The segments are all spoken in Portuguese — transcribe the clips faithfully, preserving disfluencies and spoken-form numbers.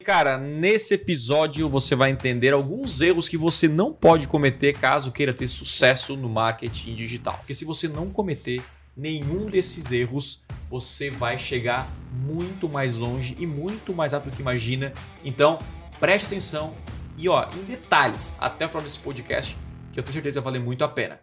cara, nesse episódio você vai entender alguns erros que você não pode cometer caso queira ter sucesso no marketing digital. Porque se você não cometer nenhum desses erros, você vai chegar muito mais longe e muito mais rápido do que imagina. Então, preste atenção e, ó, em detalhes, até o final desse podcast, que eu tenho certeza que vai valer muito a pena.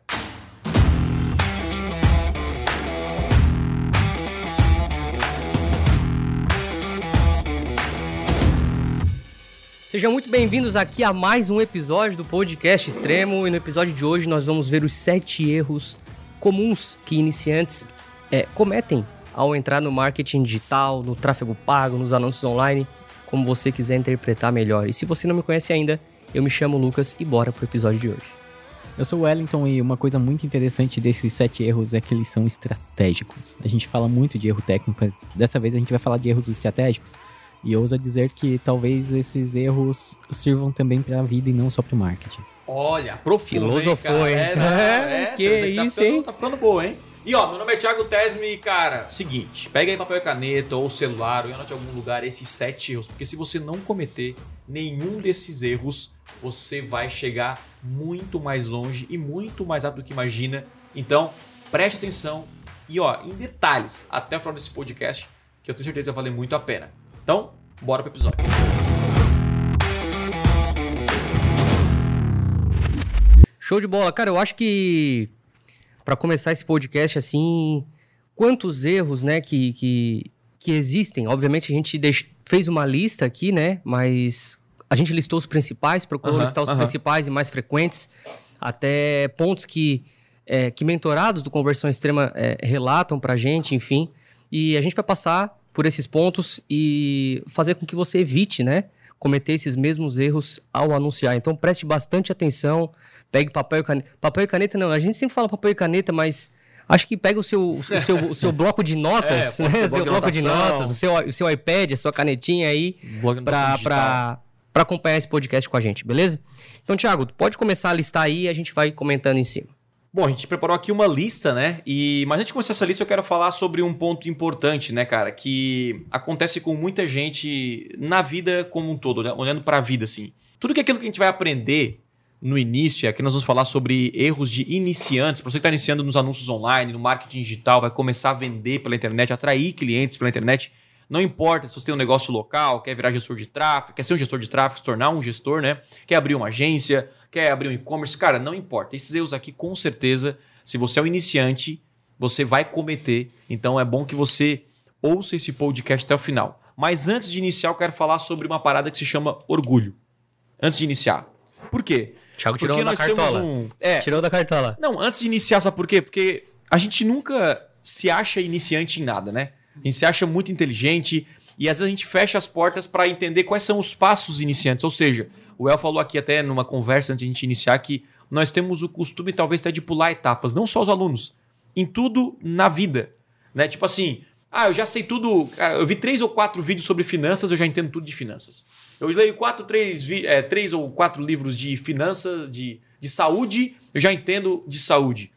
Sejam muito bem-vindos aqui a mais um episódio do Podcast Extremo. E no episódio de hoje nós vamos ver os sete erros comuns que iniciantes é, cometem ao entrar no marketing digital, no tráfego pago, nos anúncios online, como você quiser interpretar melhor. E se você não me conhece ainda, eu me chamo Lucas e bora pro episódio de hoje. Eu sou o Wellington e uma coisa muito interessante desses sete erros é que eles são estratégicos. A gente fala muito de erro técnico, mas dessa vez a gente vai falar de erros estratégicos. E eu ouso dizer que talvez esses erros sirvam também para a vida e não só para o marketing. Olha, profundo, Filosofou, hein? É, não, é, que essa, isso, tá ficando, hein? Tá ficando boa, hein? E ó, meu nome é Thiago Tesme e, cara, seguinte, pega aí papel e caneta ou celular ou anote em algum lugar esses sete erros, porque se você não cometer nenhum desses erros, você vai chegar muito mais longe e muito mais rápido do que imagina. Então, preste atenção e, ó, em detalhes, até o final desse podcast, que eu tenho certeza que vai valer muito a pena. Então, bora pro episódio. Show de bola. Cara, eu acho que para começar esse podcast assim, quantos erros, né, que, que, que existem? Obviamente a gente deix... fez uma lista aqui, né, mas a gente listou os principais, procurou Uhum, listar os uhum. principais e mais frequentes, até pontos que, é, que mentorados do Conversão Extrema é, relatam pra gente, enfim. E a gente vai passar por esses pontos e fazer com que você evite, né, cometer esses mesmos erros ao anunciar. Então preste bastante atenção, pegue papel e caneta. Papel e caneta não, a gente sempre fala papel e caneta, mas acho que pega o seu, o seu, o seu bloco de notas, É, né, pode ser o seu bloco bloco de de anotação. notas, o seu, o seu iPad, a sua canetinha aí, Bloco de para anotação digital. para acompanhar esse podcast com a gente, beleza? Então, Thiago, pode começar a listar aí e a gente vai comentando em cima. Bom, a gente preparou aqui uma lista, né? E, mas antes de começar essa lista, eu quero falar sobre um ponto importante, né, cara? Que acontece com muita gente na vida como um todo, né? Olhando para a vida, assim. Tudo que aquilo que a gente vai aprender no início, aqui nós vamos falar sobre erros de iniciantes. Para você que está iniciando nos anúncios online, no marketing digital, vai começar a vender pela internet, atrair clientes pela internet. Não importa se você tem um negócio local, quer virar gestor de tráfego, quer ser um gestor de tráfego, se tornar um gestor, né? Quer abrir uma agência, quer abrir um e-commerce. Cara, não importa. Esses erros aqui, com certeza, se você é um iniciante, você vai cometer. Então é bom que você ouça esse podcast até o final. Mas antes de iniciar, eu quero falar sobre uma parada que se chama orgulho. Antes de iniciar. Por quê? Thiago tirou Porque da nós cartola. temos um... É, Tirou da cartola. não, antes de iniciar, sabe por quê? Porque a gente nunca se acha iniciante em nada, né? A gente se acha muito inteligente e às vezes a gente fecha as portas para entender quais são os passos iniciantes. Ou seja, o El falou aqui até numa conversa antes de a gente iniciar que nós temos o costume talvez até de pular etapas, não só os alunos, em tudo na vida, né? Tipo assim, ah, eu já sei tudo, eu vi três ou quatro vídeos sobre finanças, eu já entendo tudo de finanças. Eu leio quatro, três, é, três ou quatro livros de finanças, de, de saúde, eu já entendo de saúde.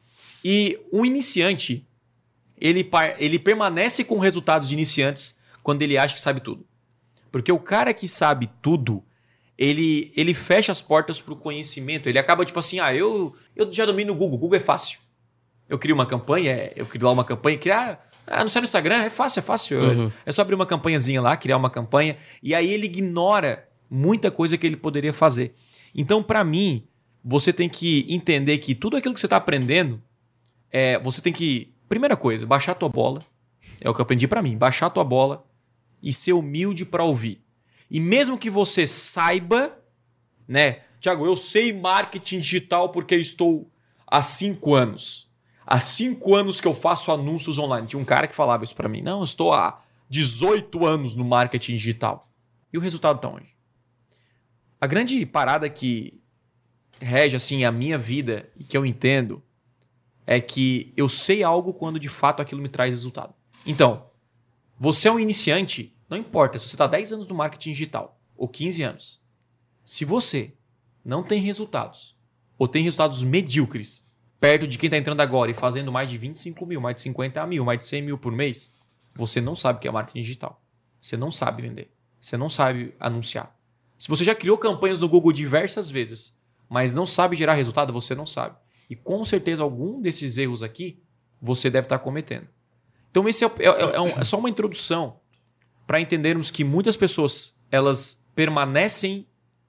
E um iniciante, ele, par- ele permanece com resultados de iniciantes quando ele acha que sabe tudo. Porque o cara que sabe tudo, ele, ele fecha as portas para o conhecimento. Ele acaba tipo assim, ah, eu, eu já domino o Google, o Google é fácil. Eu crio uma campanha, eu crio lá uma campanha, criar... Ah, não sai no Instagram, é fácil, é fácil. Uhum. É só abrir uma campanhazinha lá, criar uma campanha. E aí ele ignora muita coisa que ele poderia fazer. Então, para mim, você tem que entender que tudo aquilo que você está aprendendo, é, você tem que... Primeira coisa, baixar a tua bola. É o que eu aprendi para mim. Baixar a tua bola e ser humilde para ouvir. E mesmo que você saiba, né? Thiago, eu sei marketing digital porque eu estou há cinco anos. Há cinco anos que eu faço anúncios online. Tinha um cara que falava isso para mim. Não, eu estou há dezoito anos no marketing digital. E o resultado está onde? A grande parada que rege assim, a minha vida e que eu entendo é que eu sei algo quando de fato aquilo me traz resultado. Então, você é um iniciante, não importa se você está dez anos no marketing digital ou quinze anos. Se você não tem resultados ou tem resultados medíocres perto de quem está entrando agora e fazendo mais de vinte e cinco mil, mais de cinquenta mil, mais de cem mil por mês, você não sabe o que é marketing digital. Você não sabe vender. você não sabe anunciar. Se você já criou campanhas no Google diversas vezes, mas não sabe gerar resultado, você não sabe. E com certeza algum desses erros aqui você deve estar cometendo. Então esse é, é, é, um, é só uma introdução para entendermos que muitas pessoas elas permanecem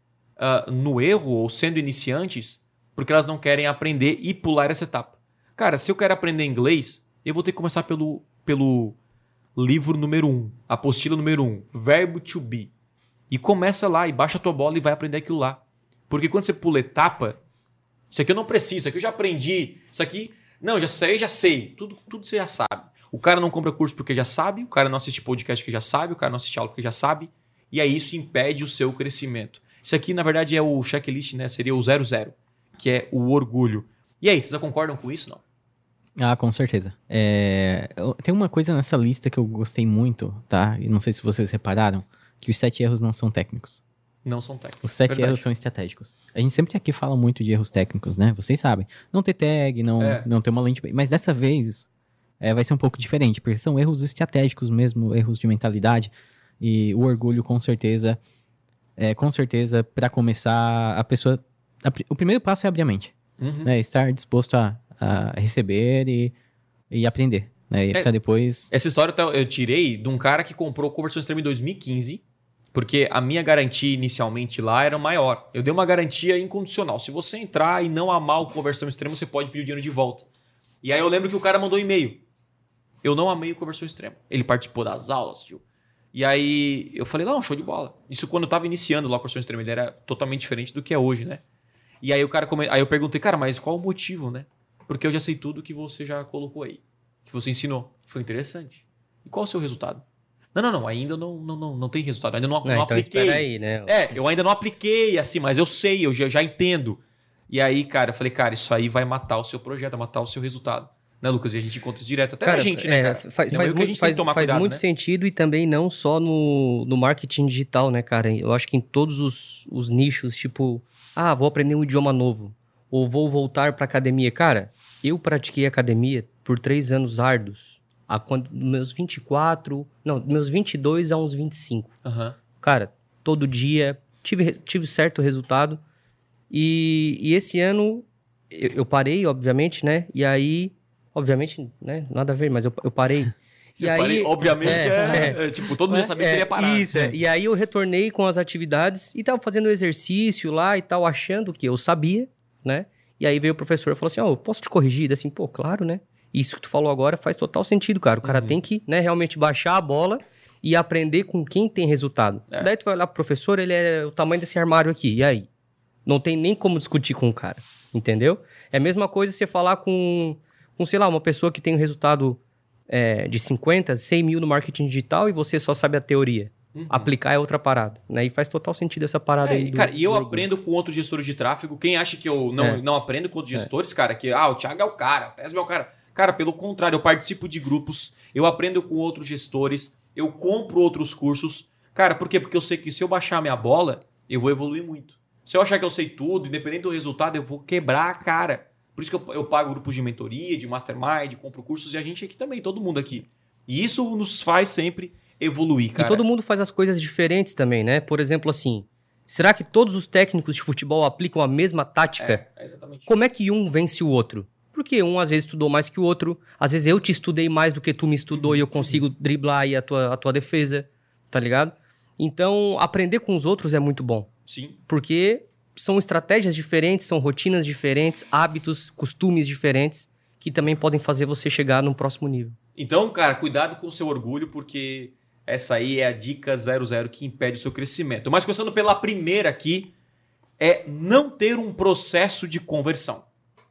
uh, no erro ou sendo iniciantes porque elas não querem aprender e pular essa etapa. Cara, se eu quero aprender inglês, eu vou ter que começar pelo, pelo livro número um, apostila número um, verbo to be. E começa lá e baixa a tua bola e vai aprender aquilo lá. Porque quando você pula etapa, isso aqui eu não preciso, isso aqui eu já aprendi, isso aqui, não, já sei, já sei, tudo, tudo você já sabe. O cara não compra curso porque já sabe, o cara não assiste podcast porque já sabe, o cara não assiste aula porque já sabe, e aí isso impede o seu crescimento. Isso aqui, na verdade, é o checklist, né? Seria o zero zero, que é o orgulho. E aí, vocês já concordam com isso, não? Ah, com certeza. É, tem uma coisa nessa lista que eu gostei muito, tá? E não sei se vocês repararam, que os sete erros não são técnicos. Não são técnicos. Os sete Verdade. erros são estratégicos. A gente sempre aqui fala muito de erros técnicos, né? Vocês sabem. Não ter tag, não, É. não ter uma lente... Mas dessa vez é, vai ser um pouco diferente, porque são erros estratégicos mesmo, erros de mentalidade. E o orgulho, com certeza, é, com certeza, para começar, a pessoa... A, o primeiro passo é abrir a mente. Uhum. Né? Estar disposto a, a receber e, e aprender. Né? E É. para depois... Essa história eu tirei de um cara que comprou conversão extrema em dois mil e quinze, porque a minha garantia inicialmente lá era maior. Eu dei uma garantia incondicional. Se você entrar e não amar o conversão extrema, você pode pedir o dinheiro de volta. E aí eu lembro que o cara mandou um e-mail. Eu não amei o conversão extrema. Ele participou das aulas, tio. E aí eu falei, não, show de bola. Isso quando eu tava iniciando lá a conversão extrema, ele era totalmente diferente do que é hoje, né? E aí o cara come... aí eu perguntei, cara, mas qual o motivo, né? Porque eu já sei tudo que você já colocou aí, que você ensinou. Foi interessante. E qual o seu resultado? Não, não, não, ainda não, não, não, não tem resultado, ainda não, Não, não então apliquei. espera aí, né? É, eu ainda não apliquei assim, mas eu sei, eu já, já entendo. E aí, cara, eu falei, cara, isso aí vai matar o seu projeto, vai matar o seu resultado. Né, Lucas? E a gente encontra isso direto. Até Cara, a gente, é, né, cara? Faz, Senão faz é o que a muito, gente tem faz, que tomar faz cuidado, muito né? sentido e também não só no, no marketing digital, né, cara? Eu acho que em todos os, os nichos, tipo, ah, vou aprender um idioma novo, ou vou voltar pra academia. Cara, eu pratiquei academia por três anos árduos, a quando, meus vinte e quatro, não, meus vinte e dois a uns vinte e cinco. Uhum. Cara, todo dia, tive, tive certo resultado. E, e esse ano eu, eu parei, obviamente, né? E aí, obviamente, né? Nada a ver, mas eu, eu parei. E Eu aí, falei, obviamente, é, é, é. é, tipo, todo mundo já sabia que É, ele ia parar. Isso, é. E aí eu retornei com as atividades e tava fazendo exercício lá e tal, achando que eu sabia, né? E aí veio o professor e falou assim, ó, oh, posso te corrigir? Daí assim, pô, claro, né? Isso que tu falou agora faz total sentido, cara. O cara Uhum. tem que, né, realmente baixar a bola e aprender com quem tem resultado. É. Daí tu vai olhar pro professor, ele é o tamanho desse armário aqui, e aí? Não tem nem como discutir com o cara, entendeu? É a mesma coisa você falar com, com sei lá, uma pessoa que tem um resultado é, de cinquenta, cem mil no marketing digital e você só sabe a teoria. Uhum. Aplicar é outra parada, né? E faz total sentido essa parada É, aí. e, do- cara, e eu do orgulho. aprendo com outros gestores de tráfego. Quem acha que eu não, É. não aprendo com outros gestores, cara, que ah, o Thiago é o cara, o Tesla é o cara. Cara, pelo contrário, eu participo de grupos, eu aprendo com outros gestores, eu compro outros cursos. Cara, por quê? Porque eu sei que se eu baixar a minha bola, eu vou evoluir muito. Se eu achar que eu sei tudo, independente do resultado, eu vou quebrar a cara. Por isso que eu, eu pago grupos de mentoria, de mastermind, compro cursos, e a gente aqui também, todo mundo aqui. E isso nos faz sempre evoluir, cara. E todo mundo faz as coisas diferentes também, né? Por exemplo, assim, será que todos os técnicos de futebol aplicam a mesma tática? É, é exatamente. Como é que um vence o outro? Porque um às vezes estudou mais que o outro, às vezes eu te estudei mais do que tu me estudou e eu consigo driblar aí a tua, a tua defesa, tá ligado? Então, aprender com os outros é muito bom, Sim. porque são estratégias diferentes, são rotinas diferentes, hábitos, costumes diferentes, que também podem fazer você chegar num próximo nível. Então, cara, cuidado com o seu orgulho, porque essa aí é a dica zero zero que impede o seu crescimento. Mas começando pela primeira aqui, é não ter um processo de conversão.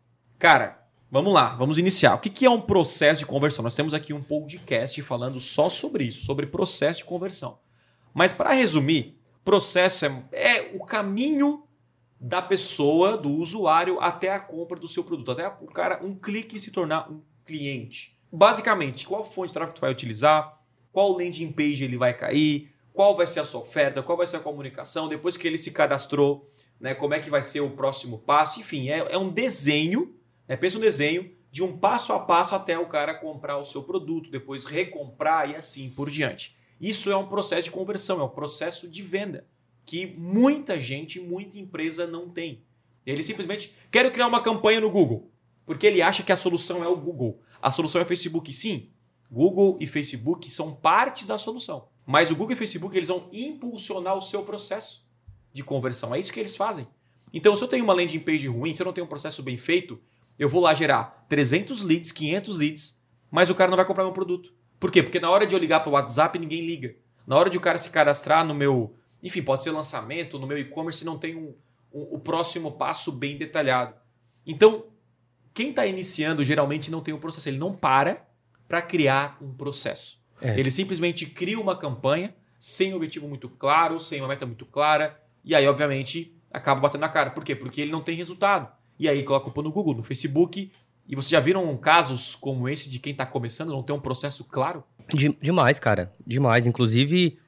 Cara, vamos lá, vamos iniciar. O que é um processo de conversão? Nós temos aqui um podcast falando só sobre isso, sobre processo de conversão. Mas para resumir, processo é, é o caminho da pessoa, do usuário, até a compra do seu produto. Até o cara, um clique se tornar um cliente. Basicamente, qual fonte de tráfego tu vai utilizar, qual landing page ele vai cair, qual vai ser a sua oferta, qual vai ser a comunicação, depois que ele se cadastrou, né, como é que vai ser o próximo passo. Enfim, é, é um desenho, né, pensa um desenho de um passo a passo até o cara comprar o seu produto, depois recomprar e assim por diante. Isso é um processo de conversão, é um processo de venda que muita gente, muita empresa não tem. Ele simplesmente quer criar uma campanha no Google, porque ele acha que a solução é o Google. A solução é o Facebook, sim. Google e Facebook são partes da solução. Mas o Google e o Facebook eles vão impulsionar o seu processo de conversão. É isso que eles fazem. Então, se eu tenho uma landing page ruim, se eu não tenho um processo bem feito, eu vou lá gerar trezentos leads, quinhentos leads, mas o cara não vai comprar meu produto. Por quê? Porque na hora de eu ligar para o WhatsApp, ninguém liga. Na hora de o cara se cadastrar no meu... Enfim, pode ser lançamento, no meu e-commerce, não tem um, um, o próximo passo bem detalhado. Então, quem está iniciando geralmente não tem um processo. Ele não para para criar um processo. É. Ele simplesmente cria uma campanha sem um objetivo muito claro, sem uma meta muito clara, e aí, obviamente, acaba batendo na cara. Por quê? Porque ele não tem resultado. E aí coloca o pão no Google, no Facebook... E vocês já viram casos como esse de quem está começando não ter um processo claro? De, demais, cara. Demais. Inclusive,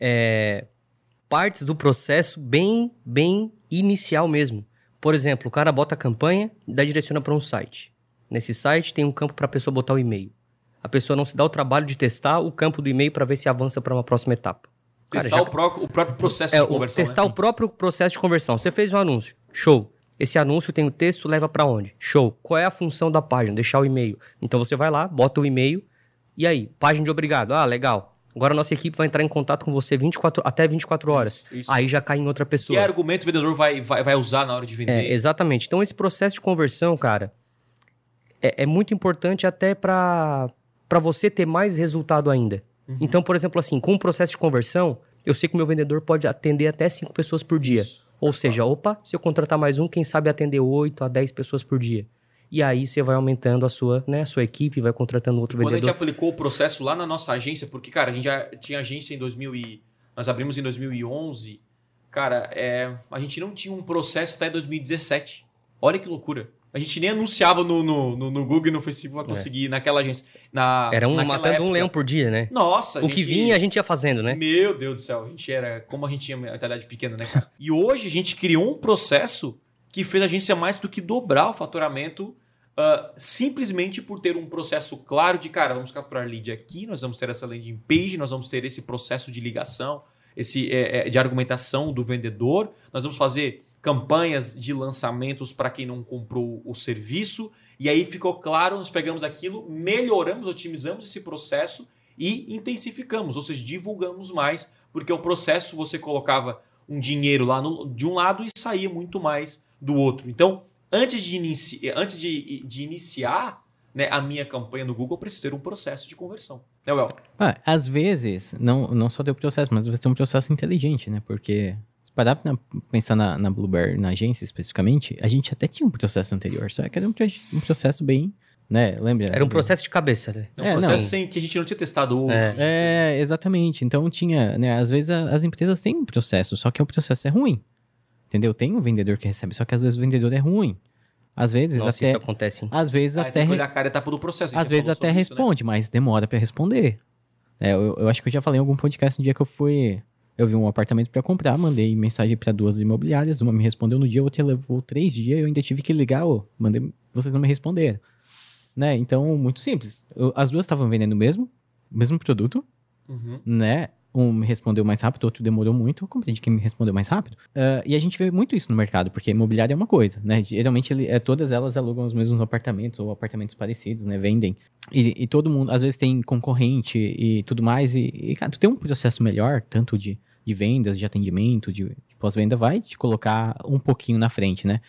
é, partes do processo bem, bem inicial mesmo. Por exemplo, o cara bota a campanha e daí direciona para um site. Nesse site tem um campo para a pessoa botar o e-mail. A pessoa não se dá o trabalho de testar o campo do e-mail para ver se avança para uma próxima etapa. Testar cara, já... o, pró- o próprio processo é, de conversão. Testar né? o próprio processo de conversão. Você fez um anúncio. Show. Esse anúncio tem o texto, leva para onde? Show. Qual é a função da página? Deixar o e-mail. Então você vai lá, bota o e-mail. E aí? Página de obrigado. Ah, legal. Agora a nossa equipe vai entrar em contato com você vinte e quatro, até vinte e quatro horas. Isso, isso. Aí já cai em outra pessoa. Que argumento o vendedor vai, vai, vai usar na hora de vender? É, exatamente. Então esse processo de conversão, cara, é, é muito importante até para para você ter mais resultado ainda. Uhum. Então, por exemplo, assim, com o processo de conversão, eu sei que o meu vendedor pode atender até cinco pessoas por dia. Isso. Ou seja, opa, se eu contratar mais um, quem sabe atender oito a dez pessoas por dia. E aí você vai aumentando a sua, né, a sua equipe, vai contratando outro Quando vendedor. Quando a gente aplicou o processo lá na nossa agência, porque, cara, a gente já tinha agência em dois mil e... Nós abrimos em dois mil e onze. Cara, é, a gente não tinha um processo até dois mil e dezessete. Olha que loucura. A gente nem anunciava no, no, no, no Google e no Facebook para conseguir é. naquela agência. Na, era um matando época. um leão por dia, né? Nossa, O gente, que vinha a gente ia fazendo, né? Meu Deus do céu. A gente era... Como a gente tinha mentalidade pequena, né, cara? E hoje a gente criou um processo que fez a agência mais do que dobrar o faturamento uh, simplesmente por ter um processo claro de, cara, vamos capturar lead aqui, nós vamos ter essa landing page, nós vamos ter esse processo de ligação, esse é, é, de argumentação do vendedor, nós vamos fazer... campanhas de lançamentos para quem não comprou o serviço. E aí ficou claro, nós pegamos aquilo, melhoramos, otimizamos esse processo e intensificamos, ou seja, divulgamos mais, porque o processo você colocava um dinheiro lá no, de um lado e saía muito mais do outro. Então, antes de, inici, antes de, de iniciar né, a minha campanha no Google, eu preciso ter um processo de conversão. Né, Well? Ah, às vezes, não, não só ter o processo, mas você tem um processo inteligente, né? Porque... Para pensar na, na Blueberry, na agência especificamente, a gente até tinha um processo anterior, só que era um, um processo bem, né, lembra? Era um processo de cabeça, né? É um é, processo sem, que a gente não tinha testado o... É. é, exatamente. Então tinha, né, às vezes a, as empresas têm um processo, só que o processo é ruim, entendeu? Tem um vendedor que recebe, só que às vezes o vendedor é ruim. Às vezes Nossa, até... isso acontece. Às vezes ah, até... Tem que olhar a cada etapa do processo. Às vezes até responde, isso, né? Mas demora para responder. É, eu, eu acho que eu já falei em algum podcast no dia que eu fui... Eu vi um apartamento para comprar, mandei mensagem para duas imobiliárias, uma me respondeu no dia, outra levou três dias, eu ainda tive que ligar, oh, mandei, vocês não me responderam. Né? Então, muito simples. Eu, as duas estavam vendendo o mesmo, o mesmo produto, uhum. né? Um me respondeu mais rápido, outro demorou muito, eu comprei de quem me respondeu mais rápido. Uh, e a gente vê muito isso no mercado, porque imobiliária é uma coisa, né? Geralmente, ele, é, todas elas alugam os mesmos apartamentos ou apartamentos parecidos, né? Vendem. E, e todo mundo, às vezes, tem concorrente e tudo mais. E, e cara, tu tem um processo melhor, tanto de, de vendas, de atendimento, de, de pós-venda, vai te colocar um pouquinho na frente, né?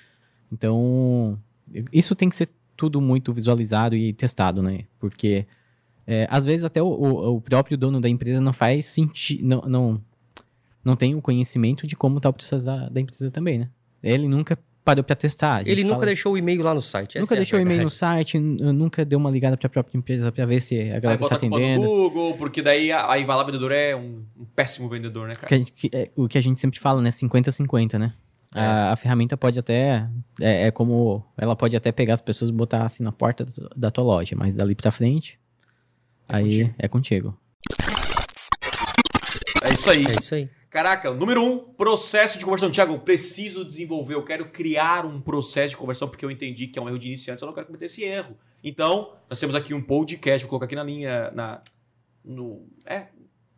Então, isso tem que ser tudo muito visualizado e testado, né? Porque... É, às vezes até o, o, o próprio dono da empresa não faz sentido, não, não, não tem o conhecimento de como está o processo da, da empresa também, né? Ele nunca parou para testar. Ele nunca fala, deixou o e-mail lá no site. Nunca deixou o e-mail no site, nunca deu uma ligada para a própria empresa para ver se a galera está atendendo. No Google, porque daí aí vai lá, o vendedor é um, um péssimo vendedor, né, cara? Que a gente, que, é, o que a gente sempre fala, né? cinquenta a cinquenta, né? É. A, a ferramenta pode até... É, é como... Ela pode até pegar as pessoas e botar assim na porta da tua loja, mas dali para frente... É aí contigo. é contigo. É isso aí. É isso aí. Caraca, número um, processo de conversão. Thiago, eu preciso desenvolver, eu quero criar um processo de conversão porque eu entendi que é um erro de iniciantes, eu não quero cometer esse erro. Então, nós temos aqui um podcast, vou colocar aqui na linha, na, no, é,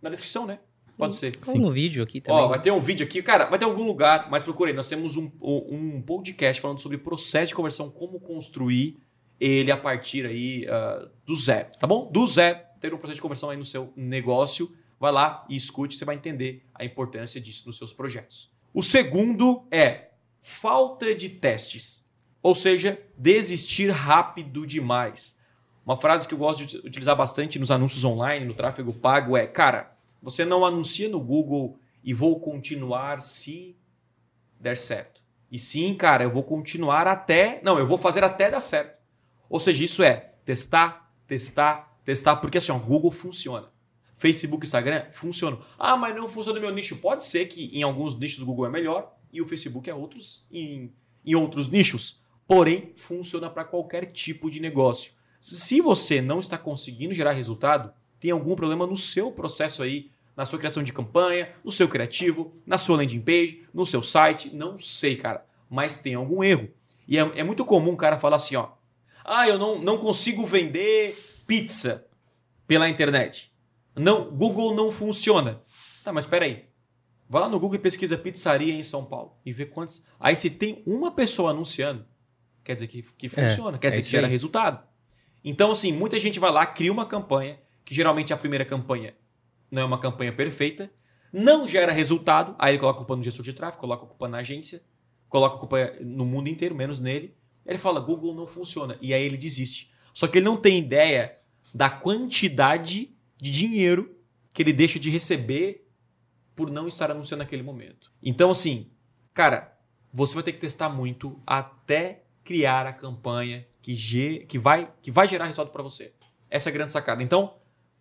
Na descrição, né? Pode ser. Ou no vídeo aqui também. Ó, vai ter um vídeo aqui, cara, vai ter algum lugar, mas procurei. Nós temos um, um podcast falando sobre processo de conversão, como construir ele a partir aí uh, do zero, tá bom? Do zero, ter um processo de conversão aí no seu negócio. Vai lá e escute, você vai entender a importância disso nos seus projetos. O segundo é falta de testes, ou seja, desistir rápido demais. Uma frase que eu gosto de utilizar bastante nos anúncios online, no tráfego pago é, cara, você não anuncia no Google e vou continuar se der certo. E sim, cara, eu vou continuar até... Não, eu vou fazer até dar certo. Ou seja, isso é testar, testar, testar, porque assim, o Google funciona. Facebook, Instagram, funcionam. Ah, mas não funciona no meu nicho. Pode ser que em alguns nichos o Google é melhor e o Facebook é outros em, em outros nichos. Porém, funciona para qualquer tipo de negócio. Se você não está conseguindo gerar resultado, tem algum problema no seu processo aí, na sua criação de campanha, no seu criativo, na sua landing page, no seu site, não sei, cara. Mas tem algum erro. E é, é muito comum o cara falar assim, ó. Ah, eu não, não consigo vender pizza pela internet. Não, Google não funciona. Tá, mas espera aí. Vai lá no Google e pesquisa pizzaria em São Paulo e vê quantos... Aí se tem uma pessoa anunciando, quer dizer que, que funciona, é, quer dizer é que gera aí. Resultado. Então, assim, muita gente vai lá, cria uma campanha, que geralmente a primeira campanha não é uma campanha perfeita, não gera resultado, aí ele coloca a culpa no gestor de tráfego, coloca a culpa na agência, coloca a culpa no mundo inteiro, menos nele. Ele fala, Google não funciona, e aí ele desiste. Só que ele não tem ideia da quantidade de dinheiro que ele deixa de receber por não estar anunciando naquele momento. Então, assim, cara, você vai ter que testar muito até criar a campanha que, ge- que, vai, que vai gerar resultado para você. Essa é a grande sacada. Então,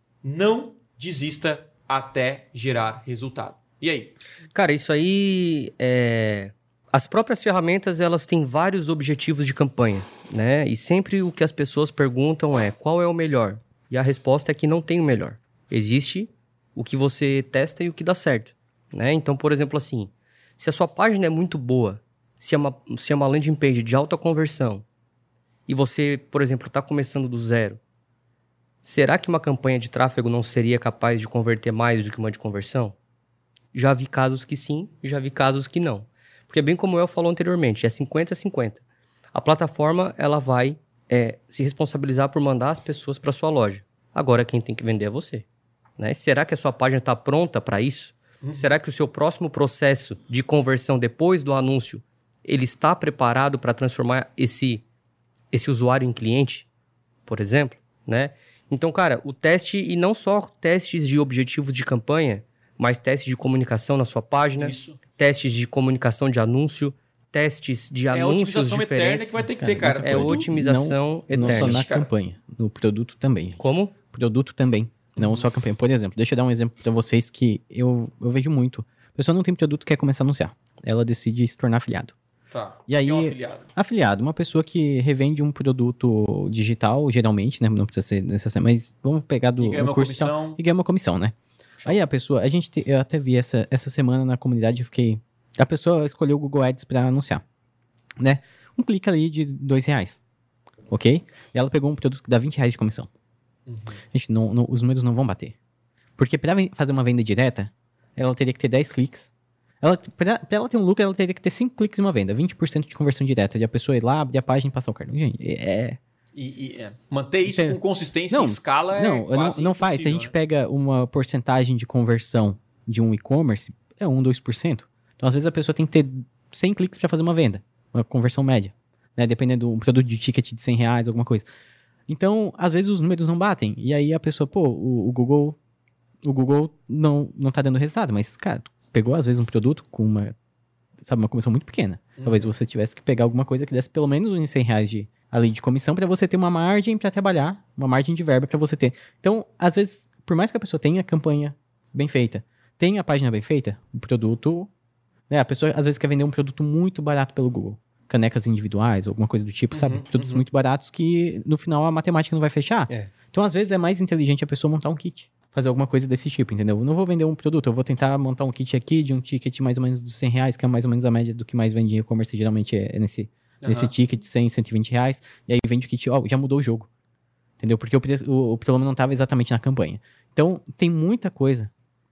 não desista até gerar resultado. E aí? Cara, isso aí é... As próprias ferramentas, elas têm vários objetivos de campanha, né? E sempre o que as pessoas perguntam é, qual é o melhor? E a resposta é que não tem o melhor. Existe o que você testa e o que dá certo, né? Então, por exemplo, assim, se a sua página é muito boa, se é uma, se é uma landing page de alta conversão, e você, por exemplo, está começando do zero, será que uma campanha de tráfego não seria capaz de converter mais do que uma de conversão? Já vi casos que sim, já vi casos que não. Porque bem como eu falou anteriormente, é cinquenta a cinquenta. A plataforma, ela vai é, se responsabilizar por mandar as pessoas para sua loja. Agora, quem tem que vender é você. Né? Será que a sua página está pronta para isso? Uhum. Será que o seu próximo processo de conversão depois do anúncio, ele está preparado para transformar esse, esse usuário em cliente, por exemplo? Né? Então, cara, o teste, e não só testes de objetivos de campanha, mas testes de comunicação na sua página, Isso. testes de comunicação de anúncio, testes de é anúncios diferentes. É a otimização eterna que vai ter que ter, cara. É otimização não, eterna. Não só na campanha, no produto também. Como? Produto também, não uhum. só a campanha. Por exemplo, deixa eu dar um exemplo para vocês que eu, eu vejo muito. A pessoa não tem produto, quer começar a anunciar. Ela decide se tornar afiliado. Tá. E aí, é um afiliado? Afiliado, uma pessoa que revende um produto digital, geralmente, né? Não precisa ser necessário, mas vamos pegar do e ganha uma curso comissão. E, tal, e ganha uma comissão, né? Aí a pessoa, a gente, te, eu até vi essa, essa semana na comunidade, eu fiquei... A pessoa escolheu o Google Ads para anunciar, né? Um clique ali de dois reais, ok? E ela pegou um produto que dá vinte reais de comissão. Uhum. Gente, não, não, os números não vão bater. Porque para fazer uma venda direta, ela teria que ter dez cliques. Ela, pra, pra ela ter um lucro, ela teria que ter cinco cliques em uma venda. vinte por cento de conversão direta. De a pessoa ir lá, abrir a página e passar o cartão. Gente, é... E, e é. manter isso Então, com consistência não, e escala não, é quase não, não faz. Se a gente né? pega uma porcentagem de conversão de um e-commerce, é um, dois por cento. Então, às vezes, a pessoa tem que ter cem cliques para fazer uma venda. Uma conversão média. Né? Dependendo de um produto de ticket de cem reais, alguma coisa. Então, às vezes, os números não batem. E aí, a pessoa, pô, o, o Google... O Google não, não tá dando resultado. Mas, cara, tu pegou, às vezes, um produto com uma... Sabe, uma comissão muito pequena. Uhum. Talvez você tivesse que pegar alguma coisa que desse pelo menos uns cem reais de... além de comissão, para você ter uma margem para trabalhar, uma margem de verba para você ter. Então, às vezes, por mais que a pessoa tenha a campanha bem feita, tenha a página bem feita, o produto... Né, a pessoa, às vezes, quer vender um produto muito barato pelo Google. Canecas individuais, alguma coisa do tipo, uhum, sabe? Produtos uhum. muito baratos que, no final, a matemática não vai fechar. É. Então, às vezes, é mais inteligente a pessoa montar um kit. Fazer alguma coisa desse tipo, entendeu? Eu não vou vender um produto, eu vou tentar montar um kit aqui de um ticket mais ou menos dos cem reais, que é mais ou menos a média do que mais vende em e-commerce, geralmente é nesse... Uhum. Nesse ticket de cem, cento e vinte reais, e aí vende o kit, ó, já mudou o jogo. Entendeu? Porque o, preço, o, o problema não estava exatamente na campanha. Então, tem muita coisa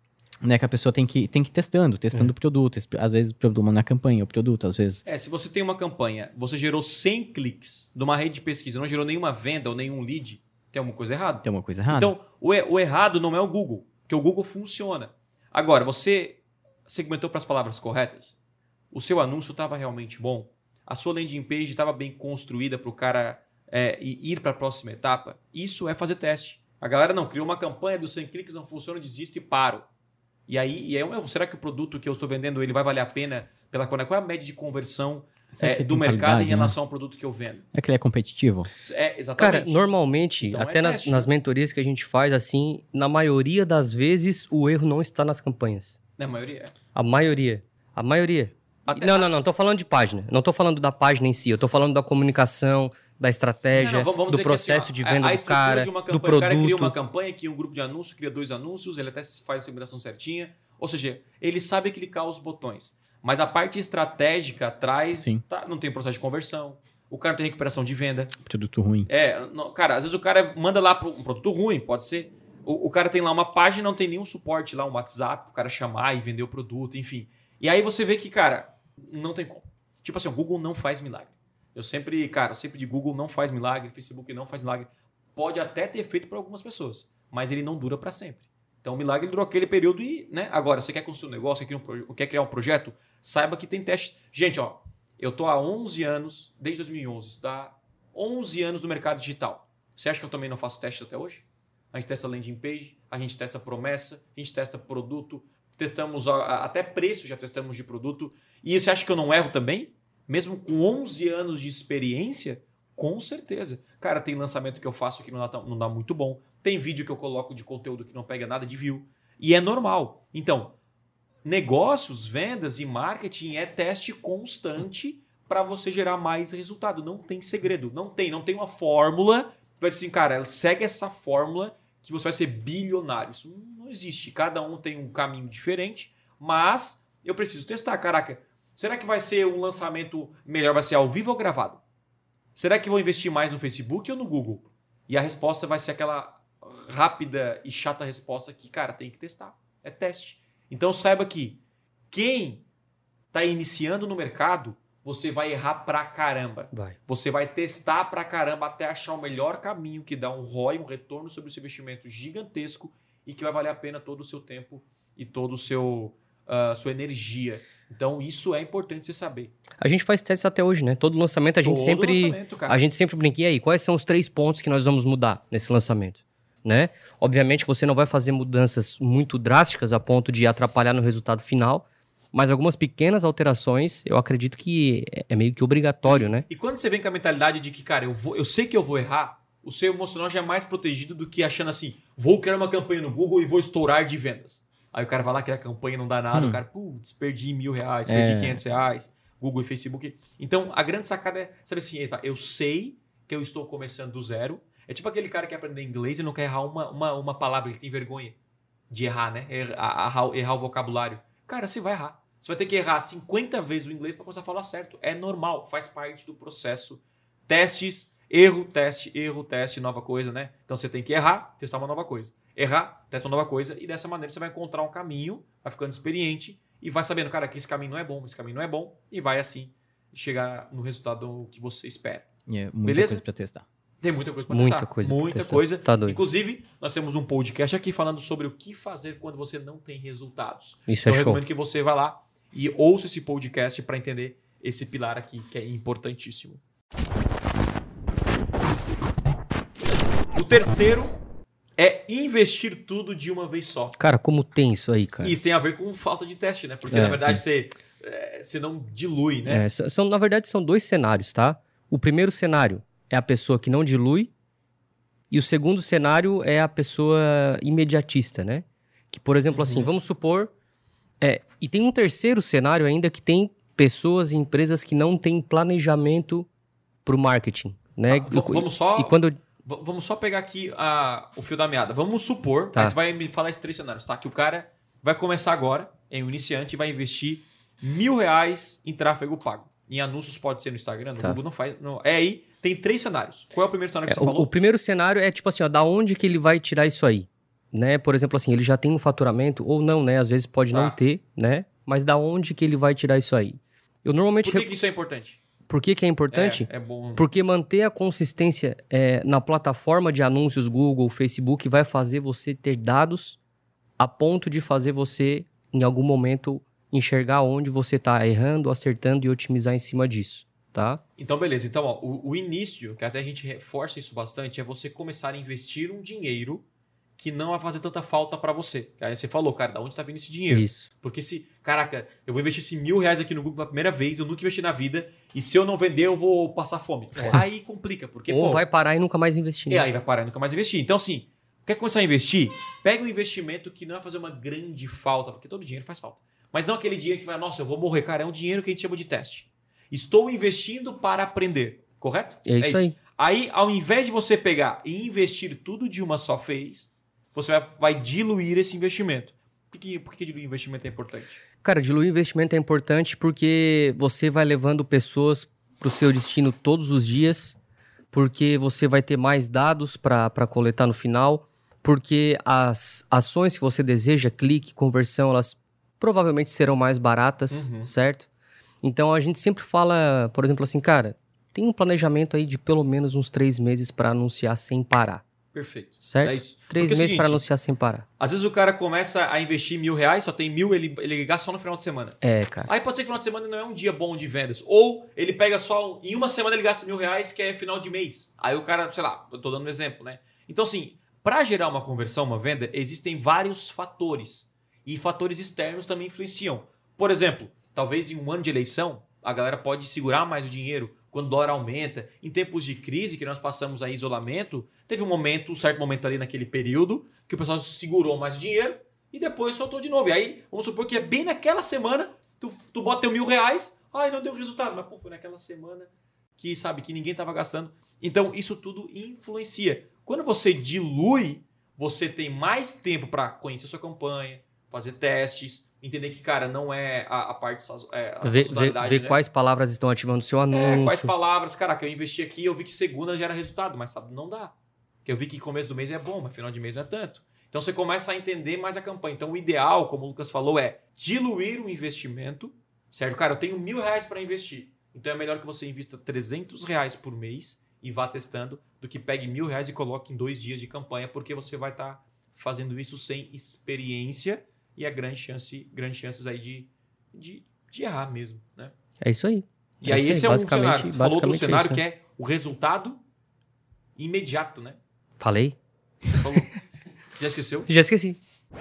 Né, que a pessoa tem que, tem que ir testando, testando o produto. Às vezes o produto na campanha, o produto, às vezes... É, se você tem uma campanha, você gerou cem cliques de uma rede de pesquisa, não gerou nenhuma venda ou nenhum lead, tem alguma coisa errada. Tem alguma coisa errada. Então, o, o errado não é o Google, porque o Google funciona. Agora, você segmentou para as palavras corretas? O seu anúncio estava realmente bom? A sua landing page estava bem construída para o cara é, ir para a próxima etapa? Isso é fazer teste. A galera não criou uma campanha dos cem cliques, não funciona, desisto e paro. E aí, e é um erro. Será que o produto que eu estou vendendo ele vai valer a pena? Pela, qual é a média de conversão é, do mercado em relação, né, ao produto que eu vendo? É que ele é competitivo? É, exatamente. Cara, normalmente, então, até é nas, nas mentorias que a gente faz, assim, na maioria das vezes, o erro não está nas campanhas. Na maioria é. A maioria. A maioria. Até não, a... não, não. Tô falando de página. Não tô falando da página em si. Eu tô falando da comunicação, da estratégia, não, não, vamos, vamos do processo assim, ó, de venda a, a do cara, de uma campanha, do produto. O cara cria uma campanha, cria um grupo de anúncios, cria dois anúncios, ele até faz a segmentação certinha. Ou seja, ele sabe clicar os botões. Mas a parte estratégica atrás, tá, não tem processo de conversão. O cara não tem recuperação de venda. Produto ruim. É, não, cara, às vezes o cara manda lá pro, um produto ruim, pode ser. O, o cara tem lá uma página, não tem nenhum suporte lá, um WhatsApp, o cara chamar e vender o produto, enfim. E aí você vê que, cara, não tem como. Tipo assim, o Google não faz milagre. Eu sempre, cara, eu sempre digo, Google não faz milagre, Facebook não faz milagre. Pode até ter feito para algumas pessoas, mas ele não dura para sempre. Então o milagre durou aquele período e, né? Agora, você quer construir um negócio, quer criar um, quer criar um projeto, saiba que tem teste. Gente, ó, eu tô há onze anos, desde dois mil e onze, tá? onze anos no mercado digital. Você acha que eu também não faço teste até hoje? A gente testa landing page, a gente testa promessa, a gente testa produto, testamos até preço, já testamos de produto. E você acha que eu não erro também? Mesmo com onze anos de experiência? Com certeza. Cara, tem lançamento que eu faço que não dá, não dá muito bom. Tem vídeo que eu coloco de conteúdo que não pega nada de view. E é normal. Então, negócios, vendas e marketing é teste constante para você gerar mais resultado. Não tem segredo. Não tem. Não tem uma fórmula. Vai dizer assim, cara, segue essa fórmula que você vai ser bilionário. Isso não existe. Cada um tem um caminho diferente. Mas eu preciso testar. Caraca, será que vai ser um lançamento melhor? Vai ser ao vivo ou gravado? Será que vou investir mais no Facebook ou no Google? E a resposta vai ser aquela rápida e chata resposta que, cara, tem que testar. É teste. Então saiba que quem está iniciando no mercado, você vai errar pra caramba. Vai. Você vai testar pra caramba até achar o melhor caminho que dá um R O I, um retorno sobre o seu investimento gigantesco e que vai valer a pena todo o seu tempo e toda a uh, sua energia. Então isso é importante você saber. A gente faz testes até hoje, né? Todo lançamento a gente Todo sempre lançamento, cara. a gente sempre brinca, e aí, quais são os três pontos que nós vamos mudar nesse lançamento, né? Obviamente você não vai fazer mudanças muito drásticas a ponto de atrapalhar no resultado final, mas algumas pequenas alterações eu acredito que é meio que obrigatório, né? E quando você vem com a mentalidade de que, cara, eu, vou, eu sei que eu vou errar, o seu emocional já é mais protegido do que achando assim, vou criar uma campanha no Google e vou estourar de vendas. Aí o cara vai lá, criar a campanha, não dá nada, hum. o cara, putz, perdi mil reais, perdi é. quinhentos reais, Google e Facebook. Então, a grande sacada é, sabe assim, eu sei que eu estou começando do zero. É tipo aquele cara que quer aprender inglês e não quer errar uma, uma, uma palavra, ele tem vergonha de errar, né? Errar, errar, errar o vocabulário. Cara, você vai errar. Você vai ter que errar cinquenta vezes o inglês para começar a falar certo. É normal, faz parte do processo. Testes, erro, teste, erro, teste, nova coisa, né? Então você tem que errar, testar uma nova coisa. Errar, testar uma nova coisa e dessa maneira você vai encontrar um caminho, vai ficando experiente e vai sabendo, cara, que esse caminho não é bom, esse caminho não é bom e vai assim chegar no resultado que você espera. E é muita Beleza? coisa para testar. Tem muita coisa para muita testar. Coisa muita testar. coisa. Tá doido. Inclusive, nós temos um podcast aqui falando sobre o que fazer quando você não tem resultados. Isso então, é eu show. recomendo que você vá lá e ouça esse podcast para entender esse pilar aqui, que é importantíssimo. O terceiro é investir tudo de uma vez só. Cara, como tem isso aí, cara? E isso tem a ver com falta de teste, né? Porque, é, na verdade, sim. você, é, você não dilui, né? É, são, na verdade, são dois cenários, tá? O primeiro cenário é a pessoa que não dilui e o segundo cenário é a pessoa imediatista, né? Que, por exemplo, uhum. assim, vamos supor... É, e tem um terceiro cenário ainda que tem pessoas e empresas que não têm planejamento para o marketing, né? Ah, v- vamos só... E quando eu... v- vamos só pegar aqui a, o fio da meada. Vamos supor, tá. a gente vai me falar esses três cenários, tá? Que o cara vai começar agora, em um iniciante, e vai investir mil reais em tráfego pago. Em anúncios pode ser no Instagram, no tá. Google, não faz... Não. É aí, tem três cenários. Qual é o primeiro cenário que é, você o, falou? O primeiro cenário é tipo assim, ó, da onde que ele vai tirar isso aí? né? Por exemplo, assim, ele já tem um faturamento, ou não, né? Às vezes pode Ah. não ter, né? Mas da onde que ele vai tirar isso aí? Eu normalmente... Por que, rec- que isso é importante? Por que que é importante? É, é bom. Porque manter a consistência é, na plataforma de anúncios Google, Facebook, vai fazer você ter dados a ponto de fazer você, em algum momento, enxergar onde você está errando, acertando e otimizar em cima disso, tá? Então, beleza. Então, ó, o, o início, que até a gente reforça isso bastante, é você começar a investir um dinheiro que não vai fazer tanta falta pra você. Aí você falou, cara, da onde está vindo esse dinheiro? Isso. Porque se, caraca, eu vou investir esse mil reais aqui no Google pela primeira vez, eu nunca investi na vida, e se eu não vender, eu vou passar fome. Aí complica, porque, Ou pô, vai parar e nunca mais investir. é, né? aí vai parar e nunca mais investir. Então, assim, quer começar a investir? Pega um investimento que não vai fazer uma grande falta, porque todo dinheiro faz falta. Mas não aquele dinheiro que vai, nossa, eu vou morrer. Cara, é um dinheiro que a gente chama de teste. Estou investindo para aprender, correto? É isso aí. Aí, ao invés de você pegar e investir tudo de uma só vez, você vai, vai diluir esse investimento. Por que, por que diluir investimento é importante? Cara, diluir investimento é importante porque você vai levando pessoas para o seu destino todos os dias, porque você vai ter mais dados para coletar no final, porque as ações que você deseja, clique, conversão, elas provavelmente serão mais baratas, Uhum. certo? Então a gente sempre fala, por exemplo, assim, cara, tem um planejamento aí de pelo menos uns três meses para anunciar sem parar, Perfeito. certo? É isso. Três Porque é o meses seguinte, para anunciar sem parar. Às vezes o cara começa a investir mil reais, só tem mil, ele, ele gasta só no final de semana. É, cara. Aí pode ser que final de semana não é um dia bom de vendas. Ou ele pega só, em uma semana ele gasta mil reais, que é final de mês. Aí o cara, sei lá, eu tô dando um exemplo, né? Então assim, para gerar uma conversão, uma venda, existem vários fatores. E fatores externos também influenciam. Por exemplo, talvez em um ano de eleição, a galera pode segurar mais o dinheiro quando o dólar aumenta. Em tempos de crise, que nós passamos aí isolamento, teve um momento, um certo momento ali naquele período, que o pessoal segurou mais o dinheiro e depois soltou de novo. E aí, vamos supor que é bem naquela semana, tu, tu bota teu mil reais, ai, não deu resultado. Mas, pô, foi naquela semana que, sabe, que ninguém estava gastando. Então, isso tudo influencia. Quando você dilui, você tem mais tempo para conhecer a sua campanha, fazer testes, entender que, cara, não é a, a parte é, a Ver, ver, sazonalidade, ver né? quais palavras estão ativando o seu anúncio. É, quais palavras, caraca, eu investi aqui, eu vi que segunda gera resultado, mas sabe, não dá. Porque eu vi que começo do mês é bom, mas final de mês não é tanto. Então você começa a entender mais a campanha. Então o ideal, como o Lucas falou, é diluir o investimento, certo? Cara, eu tenho mil reais para investir. Então é melhor que você invista trezentos reais por mês e vá testando, do que pegue mil reais e coloque em dois dias de campanha, porque você vai estar tá fazendo isso sem experiência e há grande chance, grandes chances aí de, de, de errar mesmo, né? É isso aí. E É aí isso esse aí, é um basicamente- cenário. Tu falou do basicamente é cenário isso, que né? é o resultado imediato, né? Falei? Você falou. Já esqueceu? Já esqueci.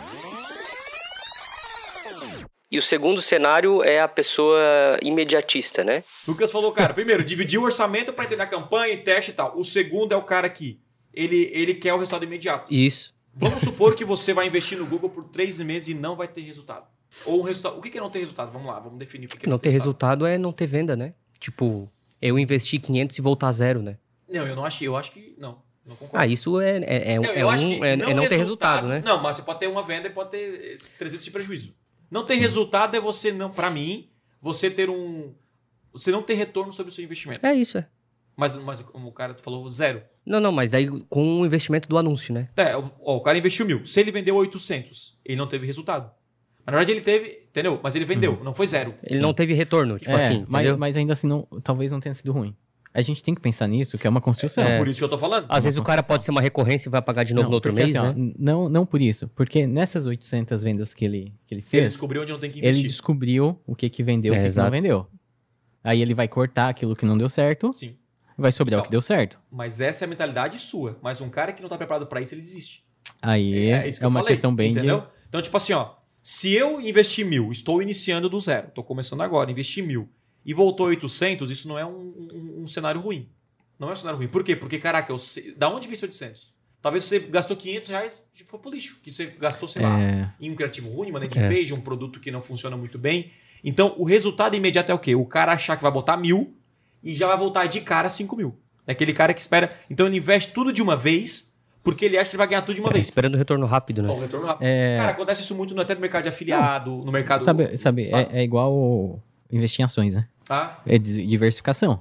E o segundo cenário é a pessoa imediatista, né? Lucas falou, cara, primeiro, dividir o orçamento para entender a campanha, teste e tal. O segundo é o cara que ele, ele quer o resultado imediato. Isso. Vamos supor que você vai investir no Google por três meses e não vai ter resultado. Ou um resultado. O que é não ter resultado? Vamos lá, vamos definir o que é Não ter resultado é não ter venda, né? Tipo, eu investi quinhentos e voltar a zero, né? Não, eu não acho, eu acho que não. Não concordo. Ah, isso é, é, é, Eu, é eu um, acho que é, é não ter resultado, né? Não, mas você pode ter uma venda e pode ter trezentos de prejuízo. Não ter resultado é você não, para mim, você ter um, você não ter retorno sobre o seu investimento. É isso, é. Mas, mas como o cara falou, zero. Não, não, mas daí com o investimento do anúncio, né? É, ó, o cara investiu mil. Se ele vendeu oitocentos, ele não teve resultado. Mas, na verdade, ele teve, entendeu? Mas ele vendeu, não foi zero. Ele não teve retorno, tipo É, assim, mas, entendeu? mas ainda assim, não, talvez não tenha sido ruim. A gente tem que pensar nisso, que é uma construção. É por isso que eu tô falando. Às vezes o cara pode ser uma recorrência e vai pagar de novo Não, no outro porque, mês, assim, ó, né? não, não por isso. Porque nessas oitocentas vendas que ele, que ele Ele fez, descobriu onde não tem que ele investir. descobriu o que, que vendeu e É, o que, que não exato. vendeu. Aí ele vai cortar aquilo que não deu certo, Sim. vai sobrar Então, o que deu certo. Mas essa é a mentalidade sua. Mas um cara que não tá preparado pra isso, ele desiste. Aí é, isso que é eu uma falei, questão bem entendeu? de... Então, tipo assim, ó. Se eu investi mil, estou iniciando do zero, estou começando agora, investi mil, e voltou oitocentos, isso não é um, um, um cenário ruim. Não é um cenário ruim. Por quê? Porque, caraca, eu sei, da onde veio esse oitocentos? Talvez você gastou quinhentos reais e foi pro lixo. Que você gastou, sei lá, É. em um criativo ruim, uma landing É. page, um produto que não funciona muito bem. Então, o resultado imediato é o quê? O cara achar que vai botar mil e já vai voltar de cara cinco mil. É aquele cara que espera... Então, ele investe tudo de uma vez, porque ele acha que ele vai ganhar tudo de uma É, vez. esperando retorno rápido, né? Bom, retorno rápido. É. Cara, acontece isso muito no, até no mercado de afiliado, no mercado... Sabe, sabe, É, é igual investir em ações, né? Tá? É des- diversificação.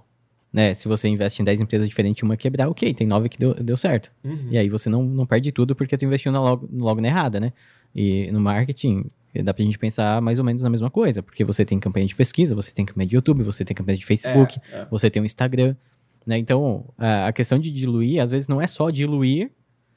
né? Se você investe em dez empresas diferentes, uma quebrar, ok, tem nove que deu, deu certo. Uhum. E aí você não, não perde tudo porque tu investiu na logo, logo na errada, né? E no marketing, dá pra gente pensar mais ou menos na mesma coisa, porque você tem campanha de pesquisa, você tem campanha de YouTube, você tem campanha de Facebook, É, é. você tem um Instagram, né? Então, a, a questão de diluir, às vezes não é só diluir,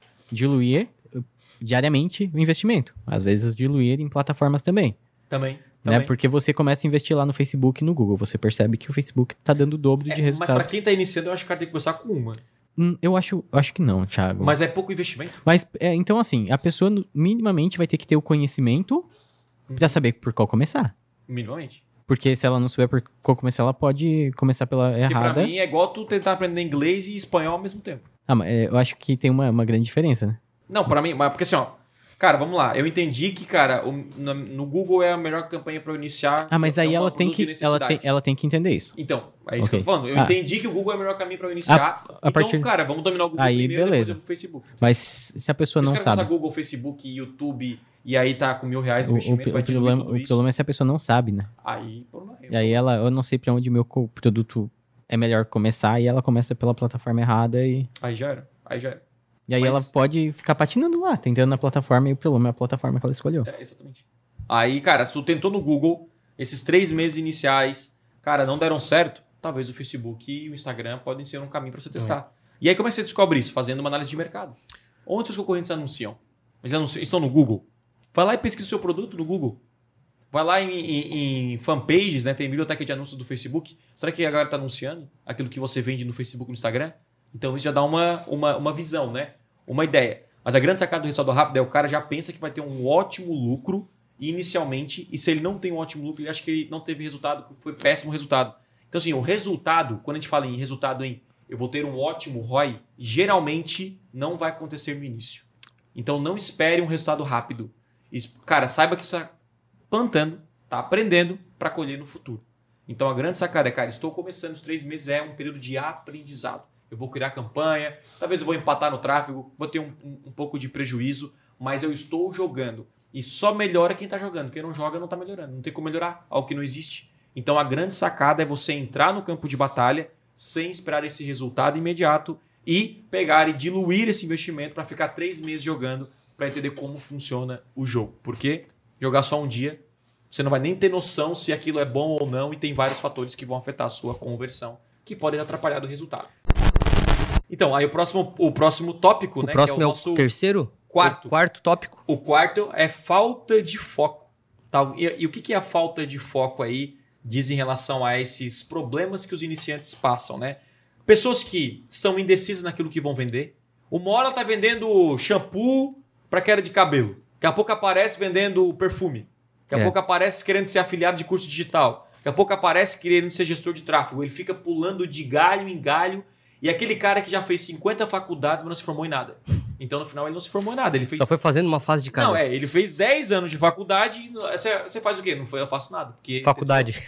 diluir uh, diariamente o investimento. Às vezes diluir em plataformas também. Também. Né? também. Porque você começa a investir lá no Facebook e no Google. Você percebe que o Facebook tá dando o dobro É, de mas resultado. pra quem tá iniciando, eu acho que o cara tem que começar com uma. Hum, eu acho, eu acho que não, Thiago. Mas é pouco investimento. Mas, é, então assim, a pessoa no- minimamente vai ter que ter o conhecimento pra saber por qual começar. Minimamente. Porque se ela não souber por qual começar, ela pode começar pela Porque errada. pra mim é igual tu tentar aprender inglês e espanhol ao mesmo tempo. Ah, mas é, eu acho que tem uma, uma grande diferença, né? Não, pra mim, mas porque assim, ó. Cara, vamos lá. Eu entendi que, cara, o- no, no Google é a melhor campanha pra eu iniciar. Ah, mas é aí uma ela tem, produto de que, ela, necessidade. tem, ela tem que entender isso. Então, é isso Ok. que eu tô falando. Eu Ah. entendi que o Google é o melhor caminho pra eu iniciar. A- a então, partir- cara, vamos dominar o Google Aí, primeiro, beleza. depois eu vou pro Facebook. Mas se a pessoa Por isso não que o cara sabe. começa Google, Facebook, YouTube, e aí tá com mil reais de O, o, investimento, o vai diluir problema, tudo o isso. problema é se a pessoa não sabe, né? Aí, problema é E aí ela, eu não sei pra onde meu co- produto é melhor começar e ela começa pela plataforma errada e, Aí já era. Aí já era. e aí Mas- ela pode ficar patinando lá, tentando na plataforma e o problema é a plataforma que ela escolheu. É, exatamente. Aí, cara, se tu tentou no Google, esses três meses iniciais, cara, não deram certo, talvez o Facebook e o Instagram podem ser um caminho pra você testar. E aí como é que você descobre isso? Fazendo uma análise de mercado. Onde seus concorrentes anunciam? Eles anunciam, estão no Google. Vai lá e pesquisa o seu produto no Google. Vai lá em, em, em fanpages, né? Tem biblioteca de anúncios do Facebook. Será que a galera está anunciando aquilo que você vende no Facebook e no Instagram? Então isso já dá uma, uma, uma visão, né? Uma ideia. Mas a grande sacada do resultado rápido é o cara já pensa que vai ter um ótimo lucro inicialmente, e se ele não tem um ótimo lucro, ele acha que ele não teve resultado, que foi péssimo resultado. Então assim, o resultado, quando a gente fala em resultado em eu vou ter um ótimo R O I, geralmente não vai acontecer no início. Então não espere um resultado rápido. Isso- Cara, saiba que você está plantando, está aprendendo para colher no futuro. Então a grande sacada é, cara, estou começando os três meses, é um período de aprendizado. Eu vou criar campanha, talvez eu vou empatar no tráfego, vou ter um, um, um pouco de prejuízo, mas eu estou jogando. E só melhora quem está jogando. Quem não joga não está melhorando. Não tem como melhorar algo que não existe. Então a grande sacada é você entrar no campo de batalha sem esperar esse resultado imediato e pegar e diluir esse investimento para ficar três meses jogando para entender como funciona o jogo. Porque jogar só um dia, você não vai nem ter noção se aquilo é bom ou não e tem vários fatores que vão afetar a sua conversão, que podem atrapalhar do resultado. Então, aí o próximo, o próximo tópico, O né, próximo que é é o, o nosso terceiro? quarto. O quarto tópico? O quarto é falta de foco. Tá? E, e o que, que é a falta de foco aí diz em relação a esses problemas que os iniciantes passam, né? Pessoas que são indecisas naquilo que vão vender. Uma hora ela tá vendendo shampoo para queda de cabelo. Daqui a pouco aparece vendendo perfume. Daqui a É. pouco aparece querendo ser afiliado de curso digital. Daqui a pouco aparece querendo ser gestor de tráfego. Ele fica pulando de galho em galho. E aquele cara que já fez cinquenta faculdades, mas não se formou em nada. Então, no final, ele não se formou em nada. Ele fez Só foi fazendo uma fase de cada. não, é, ele fez dez anos de faculdade. e Você, você faz o quê? Não foi, eu faço nada. Porque, Faculdade.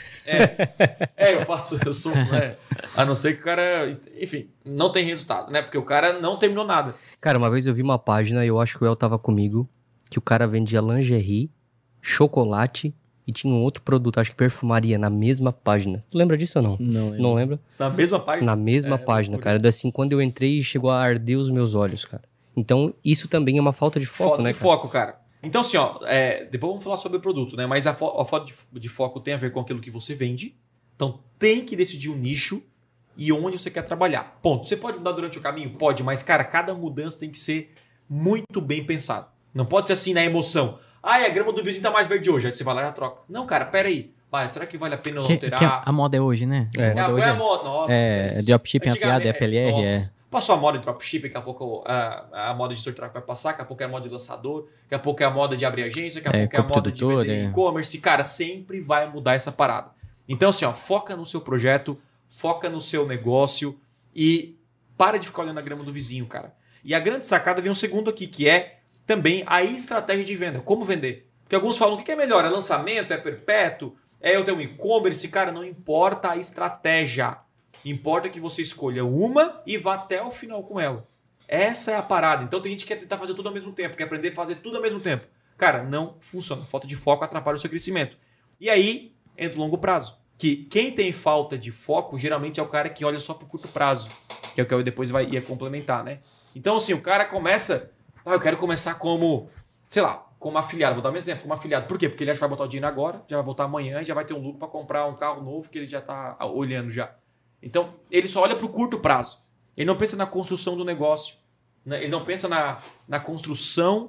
É, é, eu faço, eu sou, né? A não ser que o cara, enfim, não tem resultado, né? Porque o cara não terminou nada. Cara, uma vez eu vi uma página, e eu acho que o El tava comigo, que o cara vendia lingerie, chocolate e tinha um outro produto, acho que perfumaria, na mesma página. Tu lembra disso ou não? Não, Não lembra? Na mesma página. Na mesma É, página, loucura. cara. Assim, quando eu entrei, chegou a arder os meus olhos, cara. Então, isso também é uma falta de foco, Falta né, de cara? foco, cara. Então, assim, ó, é, depois vamos falar sobre o produto, né? Mas a, fo a falta de, de foco tem a ver com aquilo que você vende. Então, tem que decidir o nicho e onde você quer trabalhar. Ponto. Você pode mudar durante o caminho? Pode, mas, cara, cada mudança tem que ser muito bem pensado. Não pode ser assim na emoção. Ah, a grama do vizinho tá mais verde hoje. Aí você vai lá e já troca. Não, cara, pera aí. Vai, será que vale a pena eu Que, alterar? que a, a moda é hoje, né? É. A É, moda qual hoje é a é, moda? Nossa. é isso. dropshipping afiliado, é Antigamente- P L R, nossa. é... Passou a moda de dropshipping, daqui a pouco a, a moda de gestor de tráfego vai passar, daqui a pouco é a moda de lançador, daqui a pouco é a moda de abrir agência, daqui a É, pouco é a moda de coprodutor, vender é. e-commerce. Cara, sempre vai mudar essa parada. Então, assim, ó, foca no seu projeto, foca no seu negócio e para de ficar olhando a grama do vizinho, cara. E a grande sacada vem um segundo aqui, que é também a estratégia de venda. Como vender? Porque alguns falam, o que é melhor? É lançamento? É perpétuo? É eu ter um e-commerce? Cara, não importa a estratégia. Importa que você escolha uma e vá até o final com ela. Essa é a parada. Então tem gente que quer tentar fazer tudo ao mesmo tempo, quer aprender a fazer tudo ao mesmo tempo. Cara, não funciona. Falta de foco atrapalha o seu crescimento. E aí entra o longo prazo. que quem tem falta de foco geralmente é o cara que olha só pro curto prazo, que é o que eu depois vai, ia complementar, né? Então, assim, o cara começa... Ah, eu quero começar como, sei lá, como afiliado. Vou dar um exemplo, como afiliado. Por quê? Porque ele já vai botar o dinheiro agora, já vai voltar amanhã e já vai ter um lucro para comprar um carro novo que ele já tá olhando já. Então, ele só olha pro curto prazo. Ele não pensa na construção do negócio. Né? Ele não pensa na, na construção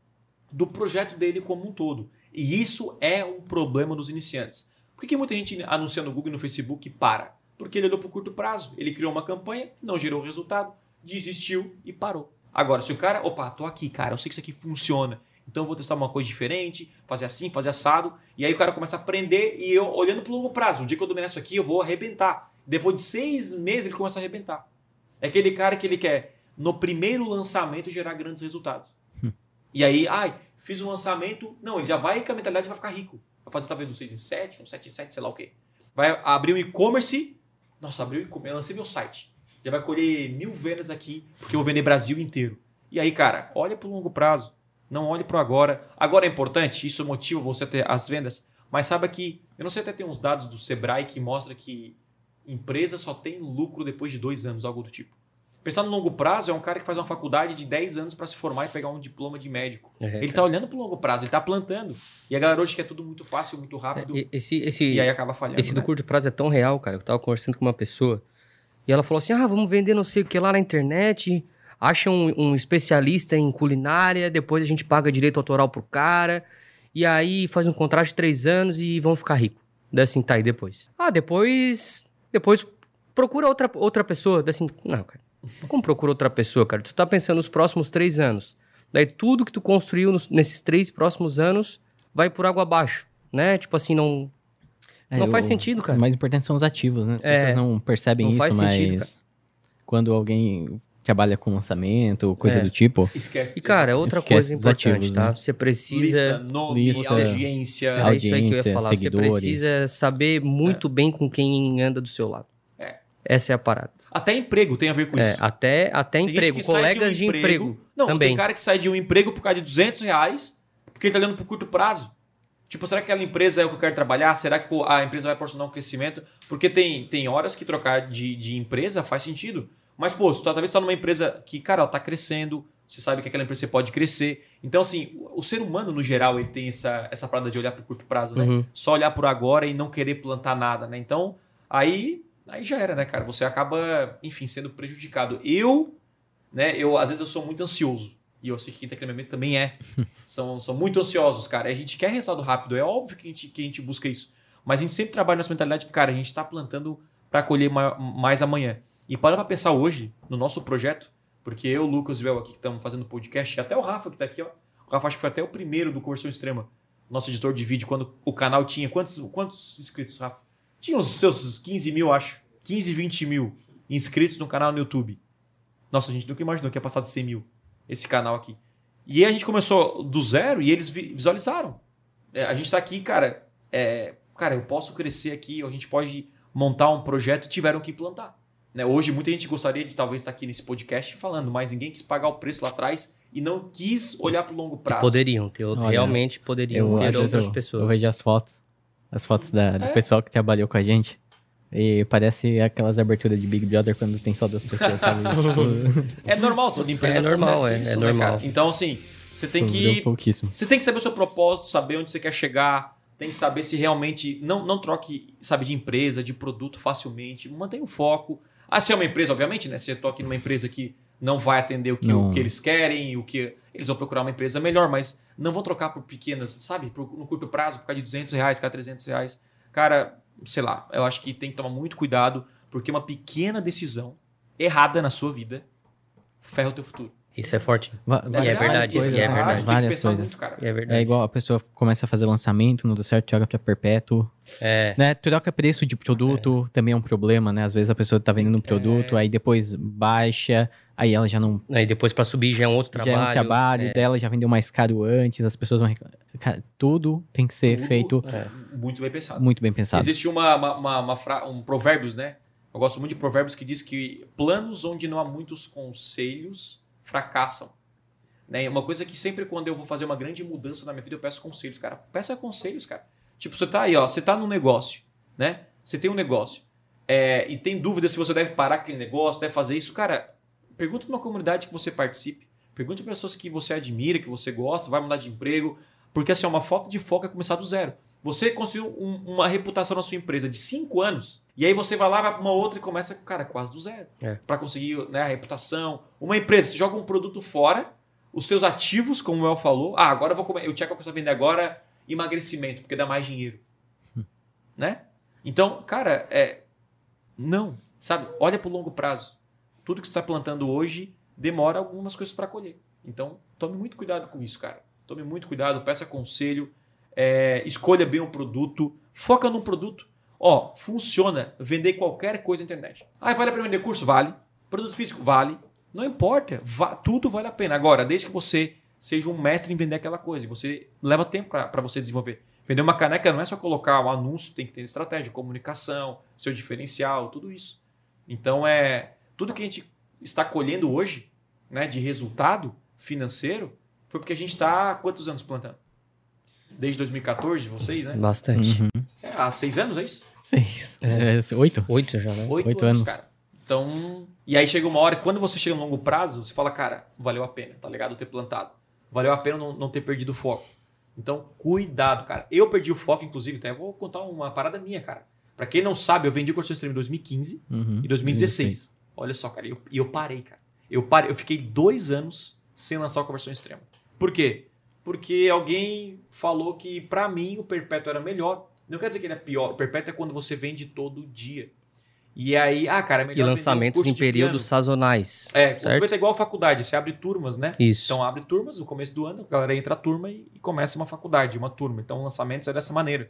do projeto dele como um todo. E isso é um problema dos iniciantes. Por que, que muita gente anuncia no Google e no Facebook e para? Porque ele olhou para o curto prazo. Ele criou uma campanha, não gerou resultado, desistiu e parou. Agora, se o cara... Opa, tô aqui, cara. Eu sei que isso aqui funciona. Então eu vou testar uma coisa diferente, fazer assim, fazer assado. E aí o cara começa a aprender e eu olhando para o longo prazo. O dia que eu dominar isso aqui, eu vou arrebentar. Depois de seis meses, ele começa a arrebentar. É aquele cara que ele quer, no primeiro lançamento, gerar grandes resultados. Hum. E aí, ai, fiz um lançamento... Não, ele já vai com a mentalidade vai ficar rico. Vai fazer talvez um seis em sete, um sete em sete, sei lá o quê. Vai abrir um e-commerce. Nossa, abriu o e-commerce. Eu lancei meu site. Já vai colher mil vendas aqui, porque eu vou vender Brasil inteiro. E aí, cara, olha para o longo prazo. Não olhe para o agora. Agora é importante, isso motiva você a ter as vendas. Mas saiba que, eu não sei, até tem uns dados do Sebrae que mostra que empresa só tem lucro depois de dois anos, algo do tipo. Pensar no longo prazo é um cara que faz uma faculdade de dez anos para se formar e pegar um diploma de médico. É, ele está olhando para o longo prazo, ele está plantando. E a galera hoje quer tudo muito fácil, muito rápido. É, esse, esse, e aí acaba falhando. Esse né? do curto prazo é tão real, cara. Eu estava conversando com uma pessoa e ela falou assim, ah, vamos vender não sei o que lá na internet, acha um, um especialista em culinária, depois a gente paga direito autoral pro cara, e aí faz um contrato de três anos e vão ficar rico. Daí assim, tá, e depois? Ah, depois... Depois procura outra, outra pessoa. Daí assim, não, cara. Como procura outra pessoa, cara? Tu tá pensando nos próximos três anos. Daí tudo que tu construiu nos, nesses três próximos anos vai por água abaixo, né? Tipo assim, não... É, não o, faz sentido, cara. O mais importante são os ativos, né? As é, pessoas não percebem não isso, faz mas sentido, cara. Quando alguém trabalha com lançamento, coisa É. do tipo... Esquece. E, cara, outra Esquece coisa os importante, ativos, tá? né? Você precisa... Lista, nome, Lista, audiência. Era isso aí que eu ia audiência, falar. seguidores. Você precisa saber muito bem com quem anda do seu lado. É. Essa é a parada. Até emprego tem a ver com É, isso. até, até Tem emprego, gente que sai colegas de um emprego, Não, também. tem cara que sai de um emprego por causa de duzentos reais porque ele tá olhando pro curto prazo. Tipo, será que aquela empresa é o que eu quero trabalhar? Será que a empresa vai proporcionar um crescimento? Porque tem, tem horas que trocar de, de empresa faz sentido. Mas, pô, se tu, talvez tu tá numa empresa que, cara, ela tá crescendo, você sabe que aquela empresa você pode crescer. Então, assim, o, o ser humano, no geral, ele tem essa, essa parada de olhar pro curto prazo, né? Uhum. Só olhar por agora e não querer plantar nada, né? Então, aí, aí já era, né, cara? Você acaba, enfim, sendo prejudicado. Eu, né, eu, às vezes eu sou muito ansioso. E eu sei que quem tá aqui na minha mesa também é. são, são muito ansiosos, cara. A gente quer resultado rápido. É óbvio que a, gente, que a gente busca isso. Mas a gente sempre trabalha nessa mentalidade que, cara, a gente tá plantando para colher ma- mais amanhã. E para pra pensar hoje, no nosso projeto, porque eu, Lucas e o El aqui que estamos fazendo podcast, e até o Rafa que tá aqui, ó. O Rafa acho que foi até o primeiro do Conversão Extrema. Nosso editor de vídeo, quando o canal tinha... Quantos, quantos inscritos, Rafa? Tinha os seus quinze mil, acho. quinze, vinte mil inscritos no canal no YouTube. Nossa, a gente nunca imaginou que ia passar de cem mil. Esse canal aqui. E aí a gente começou do zero e eles visualizaram. É, a gente tá aqui, cara... É, cara, eu posso crescer aqui, a gente pode montar um projeto e tiveram que plantar. Né? Hoje muita gente gostaria de talvez estar aqui nesse podcast falando, mas ninguém quis pagar o preço lá atrás e não quis olhar para o longo prazo. E poderiam ter, outro, Olha, realmente poderiam Eu, ter às vezes outras eu, pessoas. eu vejo as fotos, as fotos da, do É. pessoal que trabalhou com a gente. E parece aquelas aberturas de Big Brother quando tem só duas pessoas, sabe? Tipo, É normal, toda empresa É normal, acontece é, isso, é né, normal. cara? Então, assim, você tem sobrou que... pouquíssimo. Você tem que saber o seu propósito, saber onde você quer chegar, tem que saber se realmente... Não, não troque, sabe, de empresa, de produto facilmente, mantenha o foco. Ah, se é uma empresa, obviamente, né? Se eu tô aqui numa empresa que não vai atender o que, Não. o que eles querem, o que eles vão procurar uma empresa melhor, mas não vão trocar por pequenas, sabe? Por, no curto prazo, por causa de duzentos reais, cada trezentos reais. Cara, sei lá, eu acho que tem que tomar muito cuidado, porque uma pequena decisão errada na sua vida ferra o teu futuro. Isso é forte. Va- E é verdade, coisas, e é né? verdade. Tem que Várias pensar coisas. muito, cara. E é verdade. É igual a pessoa começa a fazer lançamento, não dá certo, joga pra perpétuo. É. Né? Troca preço de produto também é um problema, né? Às vezes a pessoa tá vendendo um produto, aí depois baixa, aí ela já não... Aí depois pra subir já é um outro trabalho. já é um trabalho é. dela, já vendeu mais caro antes, as pessoas vão reclamar. Cara, tudo tem que ser Tudo feito muito bem pensado. muito bem pensado. Existe uma, uma, uma, uma fra... um provérbios, né? Eu gosto muito de provérbios que diz que planos onde não há muitos conselhos fracassam. Né? Uma coisa que sempre quando eu vou fazer uma grande mudança na minha vida, eu peço conselhos, cara. Peça conselhos, cara. Tipo, você tá aí, ó, você tá num negócio, né? você tem um negócio é, e tem dúvida se você deve parar aquele negócio, deve fazer isso, cara, pergunta numa comunidade que você participe, pergunte para pessoas que você admira, que você gosta, vai mudar de emprego, porque assim, uma falta de foco é começar do zero. Você conseguiu um, uma reputação na sua empresa de cinco anos, e aí você vai lá, vai para uma outra e começa, cara, quase do zero. É. Para conseguir, né, a reputação. Uma empresa, você joga um produto fora, os seus ativos, como o El falou, ah, agora eu vou comer, eu tinha que começar a vender agora emagrecimento, porque dá mais dinheiro. Hum. Né? Então, cara, é, não, sabe? Olha para o longo prazo. Tudo que você está plantando hoje demora algumas coisas para colher. Então, tome muito cuidado com isso, cara. Tome muito cuidado, peça conselho, é, escolha bem o produto, foca no produto. Ó, funciona vender qualquer coisa na internet. Ah, vale a pena vender curso? Vale. Produto físico? Vale. Não importa, va- tudo vale a pena. Agora, desde que você seja um mestre em vender aquela coisa, você leva tempo para você desenvolver. Vender uma caneca não é só colocar um anúncio, tem que ter estratégia, comunicação, seu diferencial, tudo isso. Então, é tudo que a gente está colhendo hoje, né, de resultado financeiro, foi porque a gente está há quantos anos plantando? Desde dois mil e catorze, vocês, né? Bastante. Uhum. É, há seis anos, é isso? Seis. É, oito? Oito já, né? Oito, Oito anos, anos. cara. Então, e aí chega uma hora, quando você chega no longo prazo, você fala, cara, valeu a pena, tá ligado? Eu ter plantado. Valeu a pena não, não ter perdido o foco. Então, cuidado, cara. Eu perdi o foco, inclusive, então eu vou contar uma parada minha, cara. Pra quem não sabe, eu vendi o Conversão Extrema em dois mil e quinze Uhum. e dois mil e dezesseis. Olha só, cara, e eu, e eu parei, cara. Eu parei, eu fiquei dois anos sem lançar o Conversão Extrema. Por quê? Porque alguém falou que pra mim o perpétuo era melhor. Não quer dizer que ele é pior. O perpétuo é quando você vende todo dia. E aí, ah, cara, é melhor E vender um lançamentos curso em de períodos piano. sazonais. É, você certo? vai ter igual a faculdade, você abre turmas, né? Isso. Então abre turmas no começo do ano, a galera entra a turma e, e começa uma faculdade, uma turma. Então lançamentos é dessa maneira.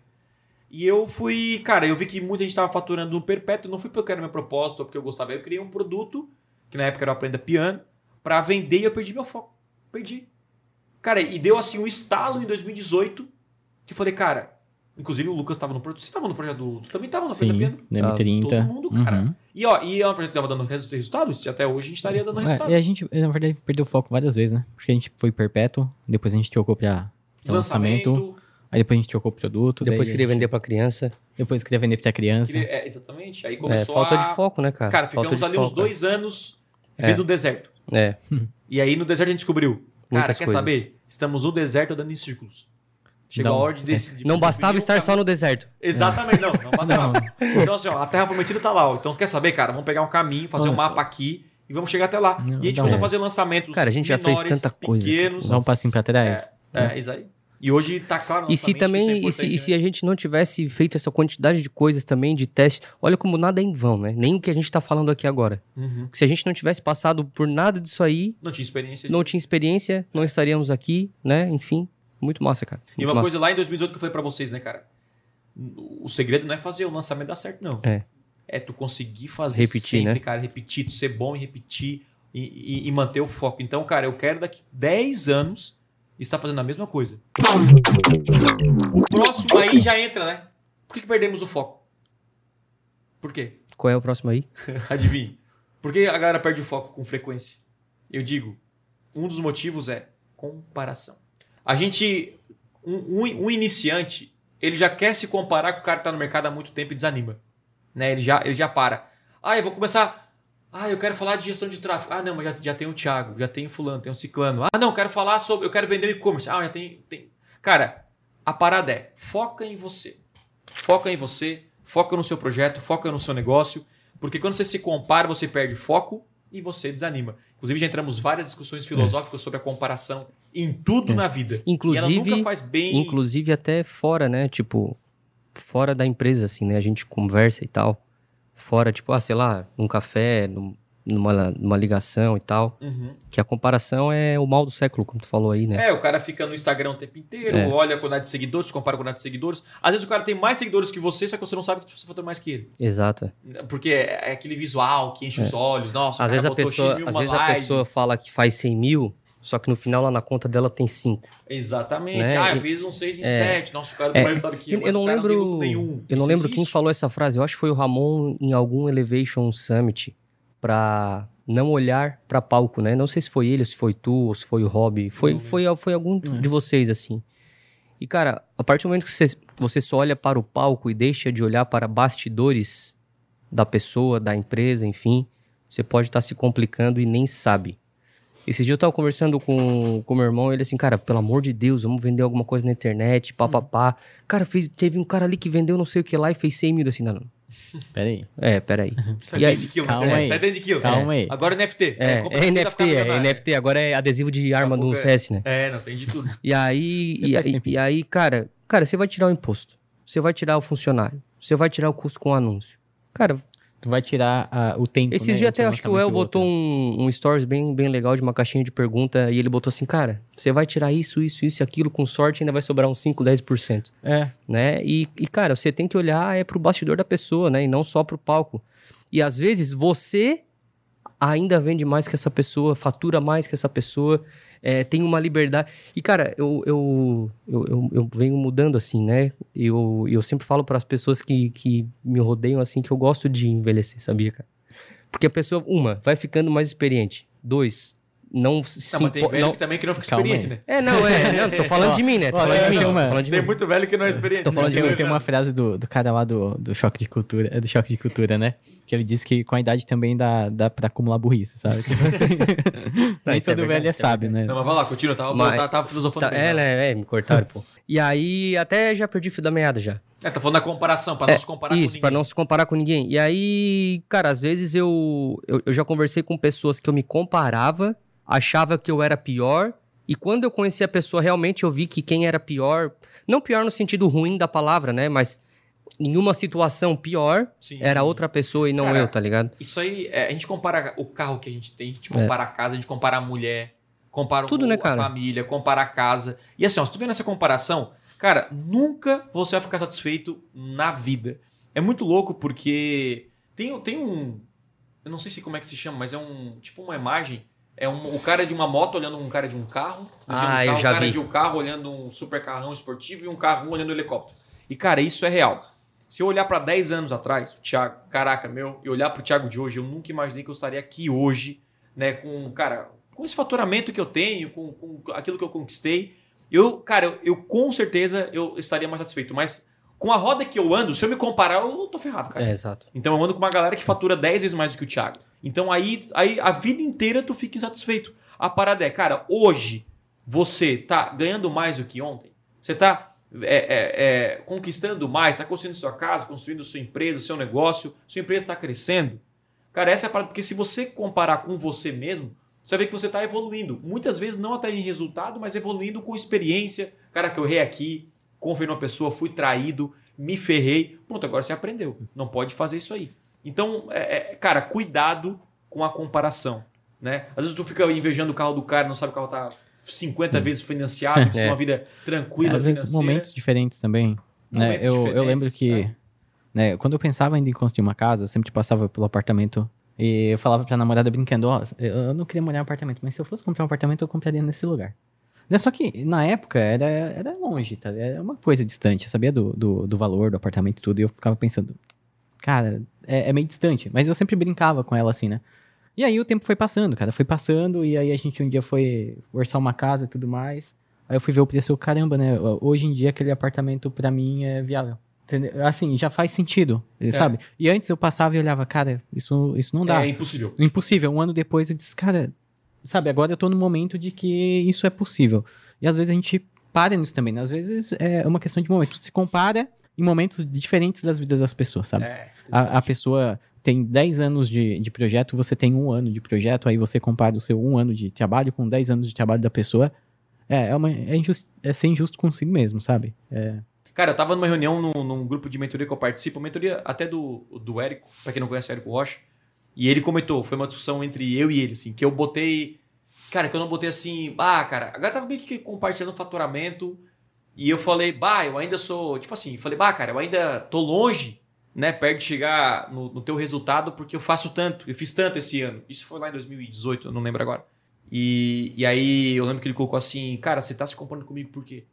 E eu fui, cara, eu vi que muita gente estava faturando no perpétuo, não fui porque era meu propósito ou porque eu gostava. Eu criei um produto, que na época era o Aprenda Piano, para vender e eu perdi meu foco. Perdi. Cara, e deu assim um estalo em dois mil e dezoito, que eu falei, cara, inclusive o Lucas estava no projeto, você estava no projeto do, tu também estava no Aprenda Sim, Piano? no M trinta. Todo mundo, cara. Uhum. E ó, e é um projeto que estava dando resu- resultados, e até hoje a gente estaria dando resultado. É, e a gente, na verdade, perdeu o foco várias vezes, né? Porque a gente foi perpétuo, depois a gente trocou pra, pra lançamento, Lançamento. aí depois a gente trocou o produto. Depois daí queria a gente- vender pra criança. Depois queria vender pra criança. Queria- é, exatamente. Aí É, começou falta a... de foco, né, cara? Cara, Falta ficamos de ali uns foco, dois anos vivendo no deserto. É. E aí no deserto a gente descobriu. Cara, Muitas quer coisas. saber? Estamos no deserto andando em círculos. Chegou Não, a hora de decidir. Não bastava definir o estar só caminho. no deserto. Exatamente, não. Não bastava. Então assim, ó, a Terra Prometida tá lá. Ó. Então quer saber, cara? Vamos pegar um caminho, fazer um mapa aqui e vamos chegar até lá. Não, E a gente não. começou a É. fazer lançamentos Cara, a gente já fez menores, tanta coisa, pequenos. Dá um passinho pra trás. É, é, isso aí. E hoje tá claro E se lançamento, isso é também, e se, importante, e se né? a gente não tivesse feito essa quantidade de coisas também, de testes, olha como nada é em vão, né? Nem o que a gente tá falando aqui agora. Uhum. Se a gente não tivesse passado por nada disso aí, Não tinha experiência. não tinha experiência, não estaríamos aqui, né? Enfim, muito massa, cara. E Muito uma massa. coisa lá em dois mil e dezoito que eu falei pra vocês, né, cara? O segredo não é fazer o lançamento dar certo, não. É. É tu conseguir fazer Repetir, sempre, né? cara. Repetir, tu ser bom em repetir e, e- e manter o foco. Então, cara, eu quero daqui dez anos estar fazendo a mesma coisa. O próximo aí já entra, né? Por que, que perdemos o foco? Por quê? Qual é o próximo aí? Adivinhe. Por que a galera perde o foco com frequência? Eu digo, um dos motivos é comparação. A gente, um, um- um iniciante, ele já quer se comparar com o cara que está no mercado há muito tempo e desanima. Né? Ele, já, ele já para. Ah, eu vou começar... Ah, eu quero falar de gestão de tráfego. Ah, não, mas já, já tem o Thiago, já tem o fulano, tem o ciclano. Ah, não, eu quero falar sobre... Eu quero vender e-commerce. Ah, já tem, tem... Cara, a parada é, foca em você. Foca em você, foca no seu projeto, foca no seu negócio. Porque quando você se compara, você perde foco e você desanima. Inclusive, já entramos várias discussões filosóficas sobre a comparação em tudo na vida. Inclusive, e ela nunca faz bem... Inclusive até fora, né? Tipo, fora da empresa, assim, né? A gente conversa e tal. Fora, tipo, ah, sei lá, num café, num- numa, numa ligação e tal. Uhum. Que a comparação é o mal do século, como tu falou aí, né? É, o cara fica no Instagram o tempo inteiro, É. olha a quantidade de seguidores, compara a quantidade de seguidores. Às vezes o cara tem mais seguidores que você, só que você não sabe que você fatura mais que ele. Exato. Porque é é aquele visual que enche os olhos. Nossa, Às o vezes, cara a botou pessoa, X mil às uma vezes a live. pessoa fala que faz cem mil, só que no final lá na conta dela tem cinco. Exatamente. Né? Ah, eu E- fiz um seis em é. sete. Nossa, o cara É, tem mais resultado que eu, eu, mas eu não o cara não tem lucro lembro, nenhum. eu não Isso lembro quem existe. falou essa frase. Eu acho que foi o Ramon em algum Elevation Summit pra não olhar pra palco, né? Não sei se foi ele, se foi tu, ou se foi o Rob. Foi, Não foi, foi algum de vocês, assim. E, cara, a partir do momento que você, você só olha para o palco e deixa de olhar para bastidores da pessoa, da empresa, enfim, você pode estar se complicando e nem sabe. Esse dia eu tava conversando com o meu irmão, ele assim, cara, pelo amor de Deus, vamos vender alguma coisa na internet, papapá. Hum. Cara, fez, teve um cara ali que vendeu não sei o que lá e fez cem mil, assim, não, não. Peraí. É, peraí. Sai dentro de quilo, calma né? aí. Sai dentro de quilo. Calma é. aí. Agora é N F T. É, é, é N F T, é N F T. Agora é adesivo de arma no C S, né? É, não, tem de tudo. E aí, e, e, e aí, cara, cara, você vai tirar o imposto. Você vai tirar o funcionário. Você vai tirar o custo com o anúncio. Cara... Tu vai tirar uh, o tempo, Esses né, dias até um acho que o El botou um, um stories bem, bem legal de uma caixinha de pergunta e ele botou assim, cara, você vai tirar isso, isso, isso e aquilo, com sorte ainda vai sobrar uns cinco, dez por cento. É. Né? E, e, cara, você tem que olhar é pro bastidor da pessoa, né? E não só pro palco. E às vezes você ainda vende mais que essa pessoa, fatura mais que essa pessoa, é, tem uma liberdade. E, cara, eu, eu, eu, eu, eu venho mudando assim, né? Eu, eu sempre falo para as pessoas que, que me rodeiam assim, que eu gosto de envelhecer, sabia, cara? Porque a pessoa, uma, vai ficando mais experiente. Dois, não se... Não, mas tem velho não... que também que não fica Calma experiente, aí. né? É, não, é. Não, tô falando de mim, né? Tô Ó, falando é, de mim. tem Tô uma- falando de Tem mim. muito velho que não é experiente. Tô falando né? Tem, tem uma frase do, do cara lá do, do choque de cultura, é do choque de cultura, né? Que ele disse que com a idade também dá, dá pra acumular burrice, sabe? Tipo assim, nem isso é todo verdade, velho é isso é sábio, né? Não, mas vai lá, continua. Tava, Mas- tava, tava filosofando. Tá, bem, é, tá? né? É, me cortaram, pô. E aí, até já perdi o fio da meada já. É, tá falando da comparação, pra não É, se comparar com isso, ninguém. pra não se comparar com ninguém. E aí, cara, às vezes eu, eu, eu já conversei com pessoas que eu me comparava, achava que eu era pior, e quando eu conheci a pessoa, realmente eu vi que quem era pior, não pior no sentido ruim da palavra, né, mas em uma situação pior, Sim. era outra pessoa e não Cara, eu, tá ligado? Isso aí, é, a gente compara o carro que a gente tem, a gente compara a casa, a gente compara a mulher, compara Tudo, o, né, a cara? família, compara a casa. E assim, ó, se tu vê nessa comparação, cara, nunca você vai ficar satisfeito na vida. É muito louco porque tem, tem um... Eu não sei se como é que se chama, mas é um tipo uma imagem. É um, o cara de uma moto olhando um cara de um carro. Ah, um eu carro, já o cara vi. de um carro olhando um super carrão esportivo e um carro olhando um helicóptero. E, cara, isso é real. Se eu olhar para dez anos atrás, o Thiago, caraca, meu, e olhar pro Thiago de hoje, eu nunca imaginei que eu estaria aqui hoje, né, com, cara, com esse faturamento que eu tenho, com, com aquilo que eu conquistei. Eu, cara, eu, eu com certeza eu estaria mais satisfeito, mas com a roda que eu ando, se eu me comparar, eu tô ferrado, cara. É, exato. Então eu ando com uma galera que fatura dez vezes mais do que o Thiago. Então aí, aí a vida inteira tu fica insatisfeito. A parada é, cara, hoje você tá ganhando mais do que ontem? Você tá é, é, é, conquistando mais, tá construindo sua casa, construindo sua empresa, seu negócio, sua empresa está crescendo? Cara, essa é a parada, porque se você comparar com você mesmo, você vai ver que você está evoluindo. Muitas vezes não até em resultado, mas evoluindo com experiência. Cara, que eu errei aqui, confiei numa pessoa, fui traído, me ferrei. Pronto, agora você aprendeu. Não pode fazer isso aí. Então, é, é, cara, cuidado com a comparação. Né? Às vezes tu fica invejando o carro do cara, não sabe que o carro tá cinquenta Sim. vezes financiado, que É. é uma vida tranquila, Às vezes financeira. momentos diferentes também. Né? Momentos Eu, eu diferentes, lembro que, né? né, quando eu pensava ainda em construir uma casa, eu sempre passava pelo apartamento e eu falava pra namorada brincando, ó, eu não queria morar em um apartamento, mas se eu fosse comprar um apartamento, eu compraria nesse lugar. Né? Só que, na época, era, era longe, tá? Era uma coisa distante, eu sabia do, do, do valor do apartamento e tudo, e eu ficava pensando, cara, é, é meio distante, mas eu sempre brincava com ela assim, né? E aí o tempo foi passando, cara, foi passando, e aí a gente um dia foi orçar uma casa e tudo mais. Aí eu fui ver o preço, caramba, né? Hoje em dia aquele apartamento pra mim é viável. Entendeu? Assim, já faz sentido, sabe? E antes eu passava e olhava, cara, isso, isso não dá. É impossível. Impossível. Um ano depois eu disse, cara, sabe, agora eu tô no momento de que isso é possível. E às vezes a gente para nisso também, né? Às vezes é uma questão de momento. Tu se compara em momentos diferentes das vidas das pessoas, sabe? É, A, a pessoa tem dez anos de, de projeto, você tem um ano de projeto, aí você compara o seu um ano de trabalho com dez anos de trabalho da pessoa. É, é, uma, é, injusto, é ser injusto consigo mesmo, sabe? É. Cara, eu tava numa reunião num, num grupo de mentoria que eu participo, mentoria até do, do Érico, pra quem não conhece o Érico Rocha, e ele comentou, foi uma discussão entre eu e ele, assim, que eu botei, cara, que eu não botei assim, ah, cara, agora tava meio que compartilhando faturamento, e eu falei, bah, eu ainda sou, tipo assim, falei, bah, cara, eu ainda tô longe, né, perto de chegar no, no teu resultado, porque eu faço tanto, eu fiz tanto esse ano, isso foi lá em dois mil e dezoito, eu não lembro agora, e, e aí eu lembro que ele colocou assim, cara, você tá se comparando comigo por quê?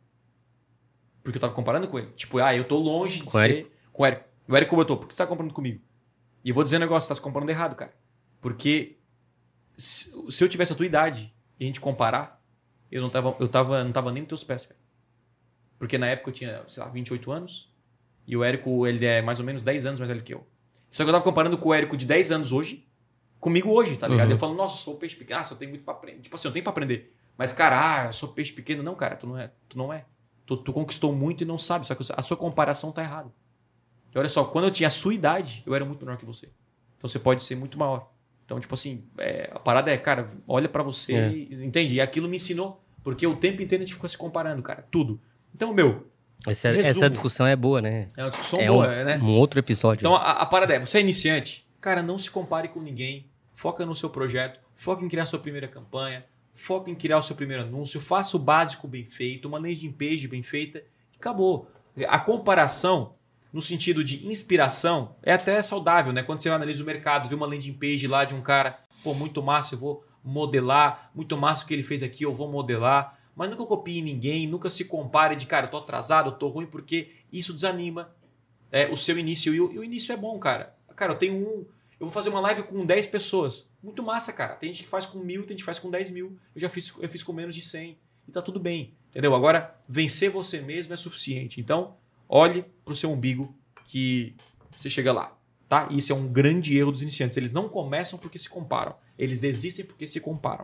Porque eu tava comparando com ele. Tipo, ah, eu tô longe de Com ser... Érico? Com o Érico. O Érico botou, por que você tá comparando comigo? E eu vou dizer um negócio, você tá se comparando errado, cara. Porque se, se eu tivesse a tua idade e a gente comparar, eu não tava, eu tava, não tava nem nos teus pés, cara. Porque na época eu tinha, sei lá, vinte e oito anos. E o Érico, ele é mais ou menos dez anos mais velho que eu. Só que eu tava comparando com o Érico de dez anos hoje, comigo hoje, tá ligado? Uhum. Eu falo, nossa, eu sou peixe pequeno. Ah, eu tenho muito pra aprender. Tipo assim, eu tenho pra aprender. Mas, cara, ah, eu sou peixe pequeno. Não, cara, tu não é. Tu não é. Tu, tu conquistou muito e não sabe. Só que a sua comparação tá errada. E olha só, quando eu tinha a sua idade, eu era muito menor que você. Então você pode ser muito maior. Então, tipo assim, é, a parada é, cara, olha pra você, É. e, entende? E aquilo me ensinou. Porque o tempo inteiro a gente fica se comparando, cara. Tudo. Então, meu... Essa, Resumo. essa discussão é boa, né? É uma discussão É boa, um, né? um outro episódio. Então, a, a parada é, você é iniciante, cara, não se compare com ninguém. Foca no seu projeto, foca em criar sua primeira campanha, foca em criar o seu primeiro anúncio, faça o básico bem feito, uma landing page bem feita, e acabou. A comparação, no sentido de inspiração, é até saudável, né? Quando você analisa o mercado, vê uma landing page lá de um cara, pô, muito massa, eu vou modelar, muito massa o que ele fez aqui, eu vou modelar. Mas nunca copie ninguém, nunca se compare de, cara, eu tô atrasado, eu tô ruim, porque isso desanima é, o seu início. E o, e o início é bom, cara. Cara, eu tenho um... Eu vou fazer uma live com dez pessoas. Muito massa, cara. Tem gente que faz com mil, tem gente que faz com dez mil. Eu já fiz, eu fiz com menos de cem. E tá tudo bem, entendeu? Agora, vencer você mesmo é suficiente. Então, olhe pro seu umbigo que você chega lá, tá? E isso é um grande erro dos iniciantes. Eles não começam porque se comparam. Eles desistem porque se comparam.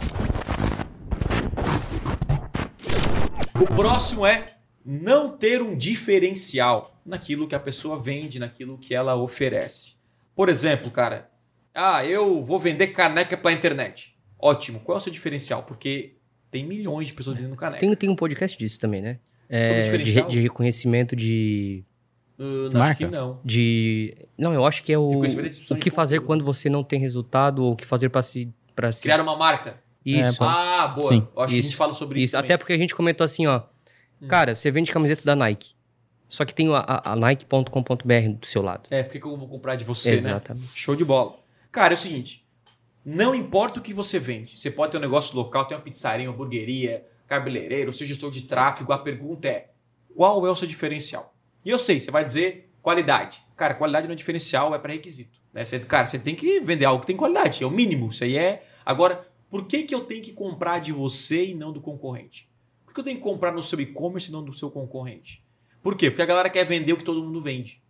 O próximo é não ter um diferencial naquilo que a pessoa vende, naquilo que ela oferece. Por exemplo, cara, ah, eu vou vender caneca pela internet. Ótimo. Qual é o seu diferencial? Porque tem milhões de pessoas vendendo caneca. Tem, tem um podcast disso também, né? Sobre É, de, diferencial? de reconhecimento de... Uh, Marca? acho que não. de não, eu acho que é o, Reconhecimento de discussão o de que fazer conteúdo. quando você não tem resultado ou o que fazer para se... Pra se... Criar uma marca. Isso. É, Ah, boa. Sim. Eu acho que a Isso. gente fala sobre isso, Isso, também. até porque a gente comentou assim, ó. Cara, você vende camiseta da Nike. Só que tem a, a, a nike ponto com ponto b r do seu lado. É, porque que eu vou comprar de você, Exatamente. né? Show de bola. Cara, é o seguinte. Não importa o que você vende. Você pode ter um negócio local, ter uma pizzaria, uma hamburgueria, cabeleireiro, seja gestor de tráfego. A pergunta é, qual é o seu diferencial? E eu sei, você vai dizer qualidade. Cara, qualidade não é diferencial, é pré-requisito. Né? Você, cara, você tem que vender algo que tem qualidade. É o mínimo. Isso aí é... Agora, por que, que eu tenho que comprar de você e não do concorrente? Por que eu tenho que comprar no seu e-commerce e não do seu concorrente? Por quê? Porque a galera quer vender o que todo mundo vende.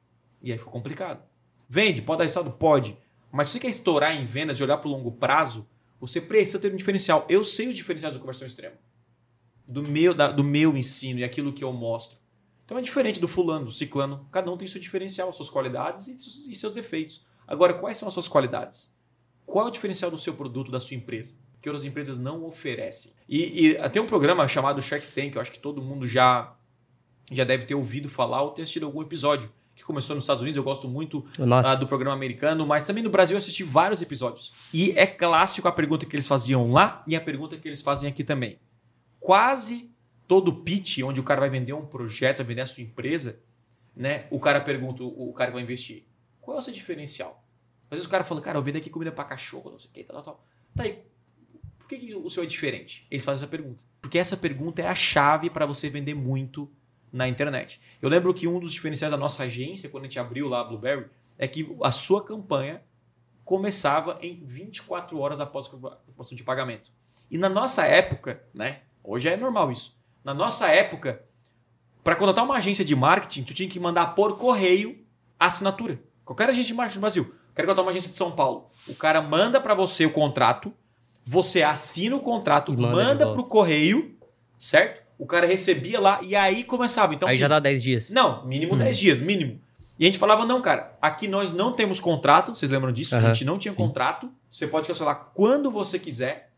E aí ficou complicado. Vende, pode dar resultado? Pode. Mas se você quer estourar em vendas e olhar para o longo prazo, você precisa ter um diferencial. Eu sei os diferenciais da conversão extrema. Do meu, da, do meu ensino e aquilo que eu mostro. Então é diferente do fulano, do ciclano. Cada um tem seu diferencial, suas qualidades e seus, e seus defeitos. Agora, quais são as suas qualidades? Qual é o diferencial do seu produto, da sua empresa? Que outras empresas não oferecem. E, e tem um programa chamado Shark Tank, eu acho que todo mundo já... já deve ter ouvido falar ou ter assistido algum episódio, que começou nos Estados Unidos. Eu gosto muito Nossa. uh, do programa americano, mas também no Brasil eu assisti vários episódios. E é clássico a pergunta que eles faziam lá e a pergunta que eles fazem aqui também. Quase todo pitch, onde o cara vai vender um projeto, vai vender a sua empresa, né? O cara pergunta, o cara vai investir, qual é o seu diferencial? Às vezes o cara fala, cara, eu vendo aqui comida para cachorro, não sei o que, tal, tal, tal. Tá aí, por que, que o seu é diferente? Eles fazem essa pergunta. Porque essa pergunta é a chave para você vender muito na internet. Eu lembro que um dos diferenciais da nossa agência, quando a gente abriu lá a Blueberry, é que a sua campanha começava em vinte e quatro horas após a confirmação de pagamento. E na nossa época, né? Hoje é normal isso. Na nossa época, para contratar uma agência de marketing, tu tinha que mandar por correio a assinatura. Qualquer agência de marketing no Brasil. Quero contratar uma agência de São Paulo. O cara manda para você o contrato, você assina o contrato, E manda manda de para o volta. correio, certo? O cara recebia lá e aí começava. Então, Aí assim, já dá dez dias. não, mínimo Hum. dez dias, mínimo. E a gente falava, não, cara, aqui nós não temos contrato, vocês lembram disso? Aham, A gente não tinha sim. contrato, você pode cancelar quando você quiser.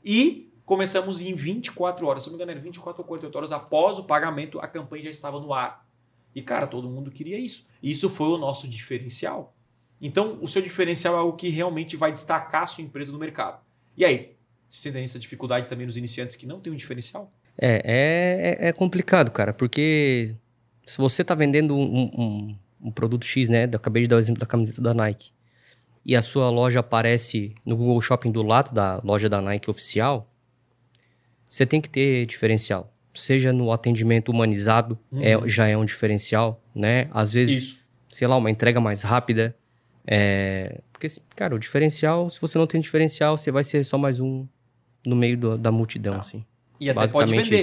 E começamos em vinte e quatro horas, se não me engano, era vinte e quatro ou quarenta e oito horas após o pagamento, a campanha já estava no ar. E, cara, todo mundo queria isso. E isso foi o nosso diferencial. Então, o seu diferencial é o que realmente vai destacar a sua empresa no mercado. E aí, você sentem essa dificuldade também nos iniciantes que não tem um diferencial? É, é, é complicado, cara, porque se você tá vendendo um, um, um produto X, né? Eu acabei de dar o exemplo da camiseta da Nike, e a sua loja aparece no Google Shopping do lado da loja da Nike oficial, você tem que ter diferencial. Seja no atendimento humanizado, Uhum. é, já é um diferencial, né? Às vezes, Isso. sei lá, uma entrega mais rápida. É... Porque, cara, o diferencial, se você não tem diferencial, você vai ser só mais um no meio do- da multidão, Não. assim. E até pode Basicamente vender. isso.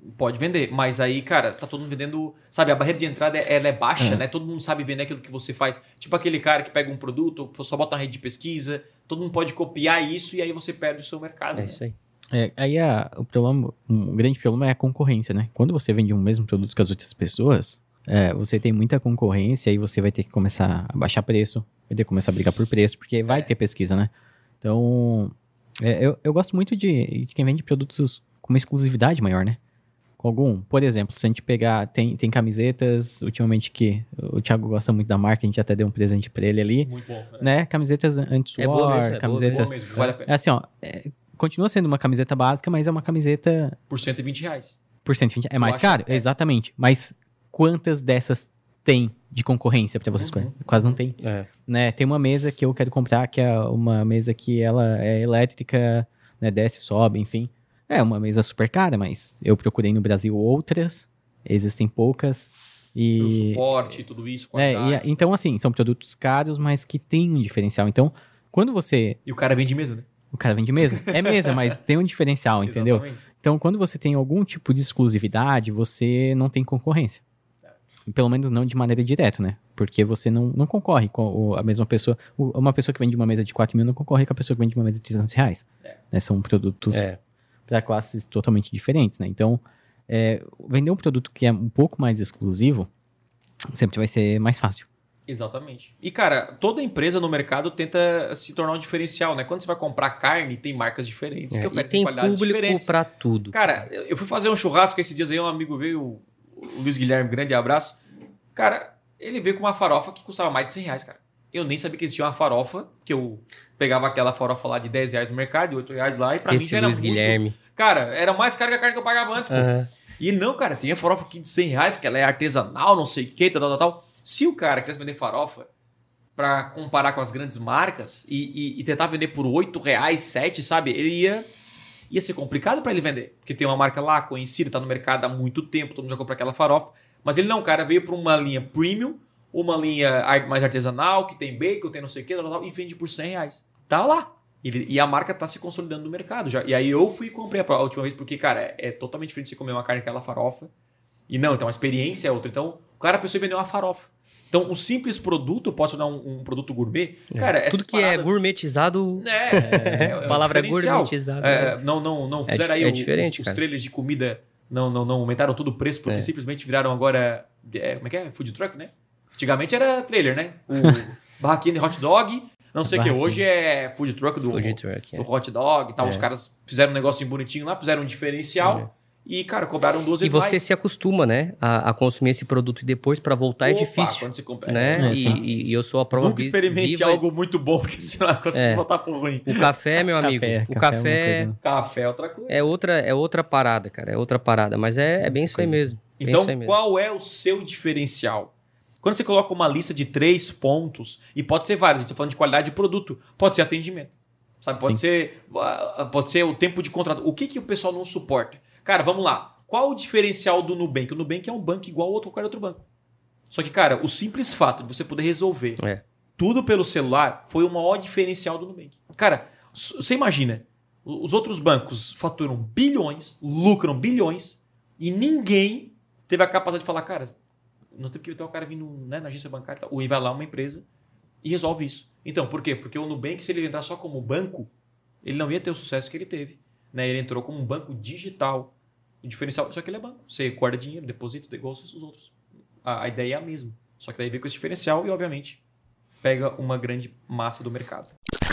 Pode vender, mas aí, cara, tá todo mundo vendendo... Sabe, a barreira de entrada ela é baixa, É. né? Todo mundo sabe vender aquilo que você faz. Tipo aquele cara que pega um produto, só bota na rede de pesquisa, todo mundo pode copiar isso e aí você perde o seu mercado. É né? isso aí. É, aí a, o problema, um grande problema é a concorrência, né? Quando você vende um mesmo produto que as outras pessoas, é, você tem muita concorrência e você vai ter que começar a baixar preço, vai ter que começar a brigar por preço, porque vai É. ter pesquisa, né? Então, é, eu, eu gosto muito de, de quem vende produtos com uma exclusividade maior, né? Com algum, por exemplo, se a gente pegar, tem, tem camisetas, ultimamente que o Thiago gosta muito da marca, a gente até deu um presente pra ele ali, Muito bom. né? né? Camisetas anti-suor, É boa mesmo, é camisetas... Boa mesmo, vale a pena. É assim, ó, é, continua sendo uma camiseta básica, mas é uma camiseta Por cento e vinte reais. por cento e vinte. É mais acho caro? que é. Exatamente. Mas quantas dessas tem de concorrência pra você Uhum. escolher? Quase não tem. É. Né? Tem uma mesa que eu quero comprar, que é uma mesa que ela é elétrica, né? Desce, sobe, enfim. É uma mesa super cara, mas eu procurei no Brasil outras, existem poucas. Pelo E, suporte, tudo isso, é, qualidade. e- então, assim, são produtos caros, mas que tem um diferencial. Então, quando você... E o cara vende mesa, né? O cara vende mesa? É mesa, mas tem um diferencial, entendeu? Exatamente. Então, quando você tem algum tipo de exclusividade, você não tem concorrência. Pelo menos não de maneira direta, né? Porque você não, não concorre com o- a mesma pessoa. O- Uma pessoa que vende uma mesa de quatro mil não concorre com a pessoa que vende uma mesa de trezentos reais. É. Né? São produtos É. para classes totalmente diferentes, né? Então, é, vender um produto que é um pouco mais exclusivo sempre vai ser mais fácil. Exatamente. E, cara, toda empresa no mercado tenta se tornar um diferencial, né? Quando você vai comprar carne, tem marcas diferentes É, que e oferecem tem qualidades público diferentes. pra tudo. Cara, eu eu fui fazer um churrasco esses dias aí, um amigo veio, o o Luiz Guilherme, grande abraço. Cara, ele veio com uma farofa que custava mais de cem reais, cara. Eu nem sabia que existia uma farofa, que eu pegava aquela farofa lá de dez reais no mercado, de oito reais lá, e pra mim Esse já era Luiz muito... Guilherme. Cara, era mais caro que a carne que eu pagava antes, pô. Aham. E não, cara, tem a farofa aqui de cem reais, que ela é artesanal, não sei o que, tal, tal, tal. Se o cara quisesse vender farofa pra comparar com as grandes marcas e, e- e tentar vender por oito reais, sete, sabe? Ele ia, ia ser complicado pra ele vender. Porque tem uma marca lá conhecida, tá no mercado há muito tempo, todo mundo já compra aquela farofa. Mas ele não, cara, veio pra uma linha premium, uma linha ar- mais artesanal, que tem bacon, tem não sei o que, tal, tal, tal, e vende por cem reais. Tá lá. Ele- e a marca tá se consolidando no mercado já. E aí eu fui e comprei a última vez, porque, cara, é, é totalmente diferente você comer uma carne que aquela farofa. E não, então a experiência é outra. Então, o cara pensou em vender uma farofa. Então, um simples produto, eu posso dar um, um produto gourmet. Cara, essas Tudo que é paradas- gourmetizado. É, é, é A um palavra diferencial. gourmetizado. É, né? não, não, não É fizeram dif- aí é o- diferente, os, os cara. trailers de comida, não, não, não aumentaram todo o preço, porque É. simplesmente viraram agora. é, como é que é? Food truck, né? Antigamente era trailer, né? O barraquinha de hot dog, não sei o que. Barraquinha. Hoje é food truck do, Food truck, é. do hot dog e tal. É. Os caras fizeram um negocinho bonitinho lá, fizeram um diferencial e, cara, cobraram duas E vezes você mais. se acostuma, né? A, a consumir esse produto e depois pra voltar é Opa, difícil. Quando você compra. Né? É, e, sim. e- e eu sou a prova Nunca vi- experimente viva. algo muito bom, porque senão vai conseguir É. botar por ruim. O café, meu amigo. Café, o café é uma café coisa- Café é outra coisa. é outra, é outra parada, cara. É outra parada. Mas é, é bem isso aí coisa mesmo. Bem Então, isso aí mesmo. qual é o seu diferencial? Quando você coloca uma lista de três pontos, e pode ser vários, a gente está falando de qualidade de produto, pode ser atendimento, sabe? Pode, ser, ah, pode ser o tempo de contrato. O que, que o pessoal não suporta? Cara, vamos lá. Qual o diferencial do Nubank? O Nubank é um banco igual a outro, qualquer outro banco. Só que, cara, o simples fato de você poder resolver É. tudo pelo celular foi o maior diferencial do Nubank. Cara, s- você imagina, os outros bancos faturam bilhões, lucram bilhões, e ninguém teve a capacidade de falar, cara, não tem que ter o cara vindo, né, na agência bancária, e tal. Ou ele vai lá uma empresa e resolve isso. Então, por quê? Porque o Nubank, se ele entrar só como banco, ele não ia ter o sucesso que ele teve. Né? Ele entrou como um banco digital. O diferencial, só que ele é banco. Você guarda dinheiro, deposita, igual os outros. A, a ideia é a mesma. Só que daí vem com esse diferencial e, obviamente, pega uma grande massa do mercado.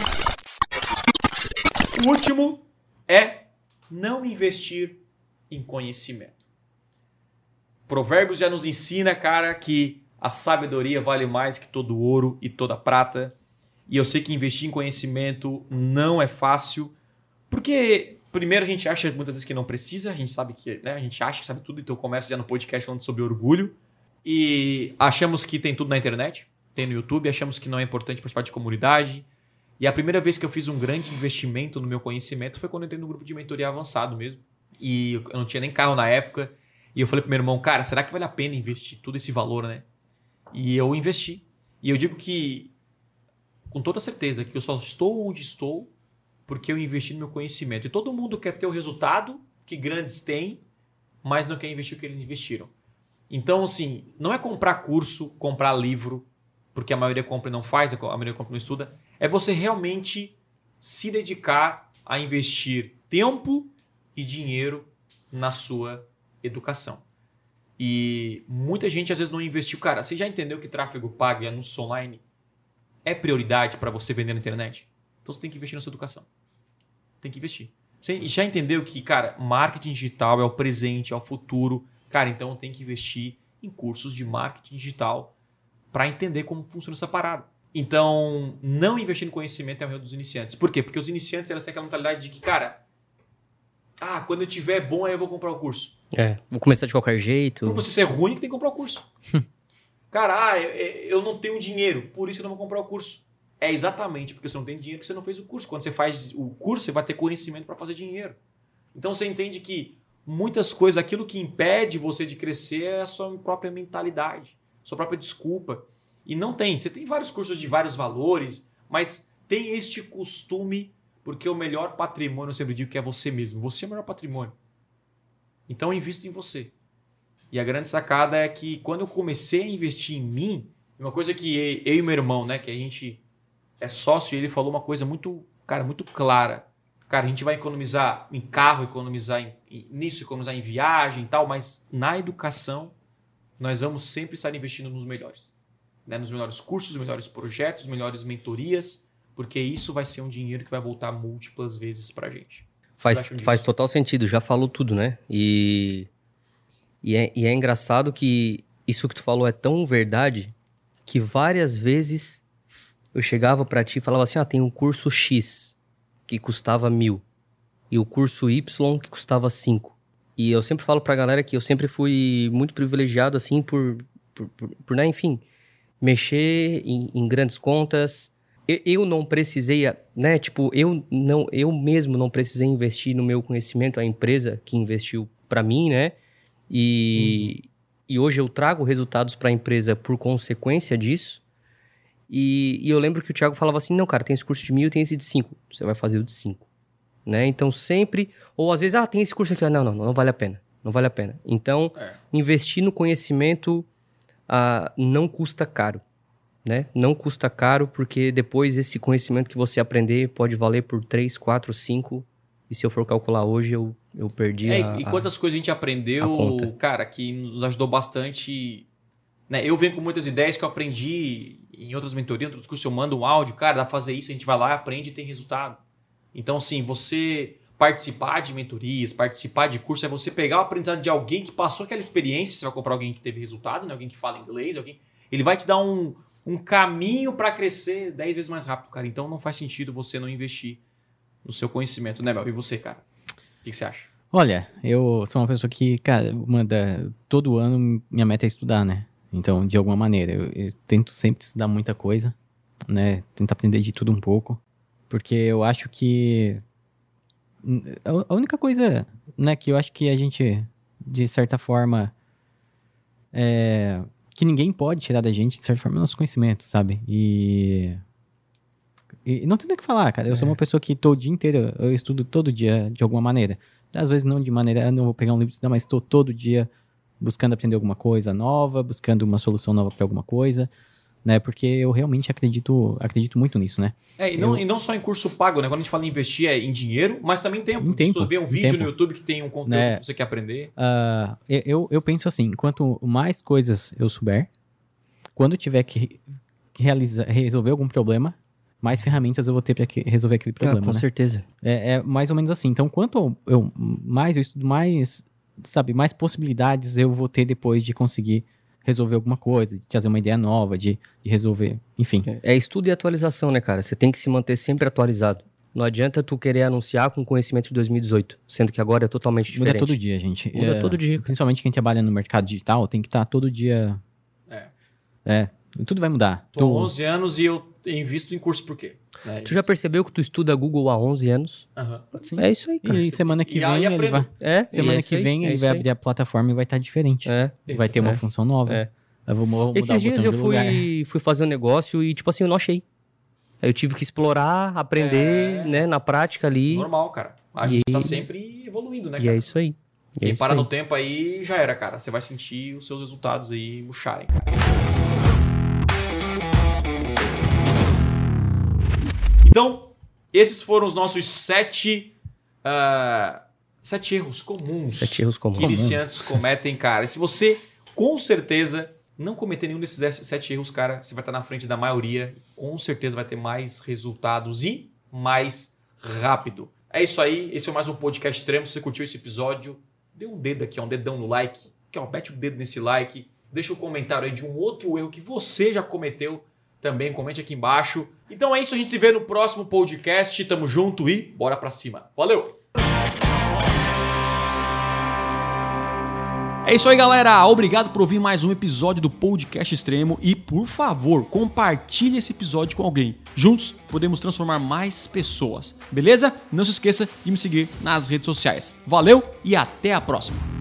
O último é não investir em conhecimento. Provérbios já nos ensina, cara, que a sabedoria vale mais que todo ouro e toda prata. E eu sei que investir em conhecimento não é fácil, porque primeiro a gente acha muitas vezes que não precisa, a gente sabe que, né, a gente acha que sabe tudo, então eu começo já no podcast falando sobre orgulho. E achamos que tem tudo na internet, tem no YouTube, achamos que não é importante participar de comunidade. E a primeira vez que eu fiz um grande investimento no meu conhecimento foi quando eu entrei no grupo de mentoria avançado mesmo. E eu não tinha nem carro na época. E eu falei pro meu irmão, cara, será que vale a pena investir todo esse valor, né? E eu investi. E eu digo que, com toda certeza, que eu só estou onde estou porque eu investi no meu conhecimento. E todo mundo quer ter o resultado que grandes têm, mas não quer investir o que eles investiram. Então, assim, não é comprar curso, comprar livro, porque a maioria compra e não faz, a maioria compra e não estuda. É você realmente se dedicar a investir tempo e dinheiro na sua educação. E muita gente às vezes não investiu. Cara, você já entendeu que tráfego pago e anúncios online é prioridade para você vender na internet? Então você tem que investir na sua educação. Tem que investir. Você já entendeu que, cara, marketing digital é o presente, é o futuro. Cara, então tem que investir em cursos de marketing digital para entender como funciona essa parada. Então, não investir em conhecimento é o erro dos iniciantes. Por quê? Porque os iniciantes elas têm aquela mentalidade de que, cara, ah, quando eu tiver bom, aí eu vou comprar o curso. É, vou começar de qualquer jeito. Por você ser ruim, que tem que comprar o curso. Cara, ah, eu, eu não tenho dinheiro, por isso eu não vou comprar o curso. É exatamente porque você não tem dinheiro que você não fez o curso. Quando você faz o curso, você vai ter conhecimento para fazer dinheiro. Então você entende que muitas coisas, aquilo que impede você de crescer é a sua própria mentalidade, sua própria desculpa. E não tem. Você tem vários cursos de vários valores, mas tem este costume, porque o melhor patrimônio, eu sempre digo que é você mesmo. Você é o melhor patrimônio. Então invista em você. E a grande sacada é que quando eu comecei a investir em mim, uma coisa que eu e meu irmão, né, que a gente é sócio, e ele falou uma coisa muito, cara, muito clara. Cara, a gente vai economizar em carro, economizar em, em, nisso, economizar em viagem e tal, mas na educação nós vamos sempre estar investindo nos melhores. Né? Nos melhores cursos, nos melhores projetos, melhores mentorias, porque isso vai ser um dinheiro que vai voltar múltiplas vezes pra gente. Faz, faz total sentido, já falou tudo, né? E, e, é, e é engraçado que isso que tu falou é tão verdade que várias vezes eu chegava pra ti e falava assim, ah, tem um curso X que custava mil e o curso Y que custava cinco. E eu sempre falo pra galera que eu sempre fui muito privilegiado, assim, por, por, por, por né, enfim, mexer em, em grandes contas. Eu, eu não precisei, né, tipo, eu, não, eu mesmo não precisei investir no meu conhecimento, a empresa que investiu pra mim, né, e, uhum. e hoje eu trago resultados pra empresa por consequência disso. E, e eu lembro que o Thiago falava assim, não, cara, tem esse curso de mil e tem esse de cinco, você vai fazer o de cinco. Né? Então sempre, ou às vezes, ah, tem esse curso aqui, ah, não, não, não vale a pena, não vale a pena. Então, é. investir no conhecimento ah, não custa caro, né? Não custa caro porque depois esse conhecimento que você aprender pode valer por três, quatro, cinco, e se eu for calcular hoje, eu, eu perdi é, a E quantas a, coisas a gente aprendeu, a cara, que nos ajudou bastante, né? Eu venho com muitas ideias que eu aprendi em outras mentorias, em outros cursos, eu mando um áudio, cara, dá pra fazer isso, a gente vai lá, aprende e tem resultado. Então, assim, você participar de mentorias, participar de curso, é você pegar o aprendizado de alguém que passou aquela experiência, você vai comprar alguém que teve resultado, né? Alguém que fala inglês, alguém, ele vai te dar um, um caminho para crescer dez vezes mais rápido, cara. Então, não faz sentido você não investir no seu conhecimento, né, Mel? E você, cara? O que, que você acha? Olha, eu sou uma pessoa que, cara, manda, todo ano minha meta é estudar, né? Então, de alguma maneira, eu, eu tento sempre estudar muita coisa, né? Tento aprender de tudo um pouco. Porque eu acho que a única coisa, né, que eu acho que a gente, de certa forma, é, que ninguém pode tirar da gente, de certa forma, é o nosso conhecimento, sabe? E, e não tem nem o que falar, cara. Eu é. sou uma pessoa que todo dia inteiro, eu estudo todo dia de alguma maneira. Às vezes não de maneira, eu não vou pegar um livro e estudar, mas estou todo dia buscando aprender alguma coisa nova, buscando uma solução nova para alguma coisa. Né, porque eu realmente acredito, acredito muito nisso, né? É, e não, eu... e não só em curso pago, né? Quando a gente fala em investir é em dinheiro, mas também em tempo. Em tempo. Se tu vê um vídeo tempo. no YouTube que tem um conteúdo né? que você quer aprender. Uh, eu, eu penso assim, quanto mais coisas eu souber, quando tiver que realizar, resolver algum problema, mais ferramentas eu vou ter para resolver aquele problema, ah, com né? certeza. É, é mais ou menos assim. Então, quanto eu mais eu estudo, mais, sabe, mais possibilidades eu vou ter depois de conseguir resolver alguma coisa, de trazer uma ideia nova, de, de resolver, enfim. É, é estudo e atualização, né, cara? Você tem que se manter sempre atualizado. Não adianta tu querer anunciar com conhecimento de dois mil e dezoito, sendo que agora é totalmente diferente. Muda todo dia, gente. Muda é, todo dia. Principalmente quem trabalha no mercado digital, tem que estar todo dia... É. É, tudo vai mudar. Tô há onze anos e eu invisto em curso por quê? É tu já percebeu que tu estuda Google há onze anos? Uhum. Sim. É isso aí, cara. E semana que e vem ele vai... É, semana é que aí, vem é ele vai aí. abrir a plataforma e vai estar diferente. É. Vai ter uma é. função nova. É. Eu vou mudar Esses o dias botão eu de fui, lugar. fui fazer um negócio e, tipo assim, eu não achei. Aí eu tive que explorar, aprender, é... né, na prática ali. Normal, cara. A e... gente tá sempre evoluindo, né, cara? E é isso aí. Quem isso para aí. no tempo aí já era, cara. Você vai sentir os seus resultados aí murcharem, cara. Então, esses foram os nossos sete, uh, sete erros comuns. Sete erros comuns. Que iniciantes cometem, cara. E se você, com certeza, não cometer nenhum desses sete erros, cara, você vai estar na frente da maioria. Com certeza vai ter mais resultados e mais rápido. É isso aí. Esse é mais um podcast extremo. Se você curtiu esse episódio, dê um dedo aqui, ó, um dedão no like. Aqui, ó, mete o dedo nesse like. Deixa um comentário aí de um outro erro que você já cometeu. Também comente aqui embaixo. Então é isso, a gente se vê no próximo podcast. Tamo junto e bora pra cima. Valeu! É isso aí, galera. Obrigado por ouvir mais um episódio do Podcast Extremo. E, por favor, compartilhe esse episódio com alguém. Juntos, podemos transformar mais pessoas. Beleza? Não se esqueça de me seguir nas redes sociais. Valeu e até a próxima.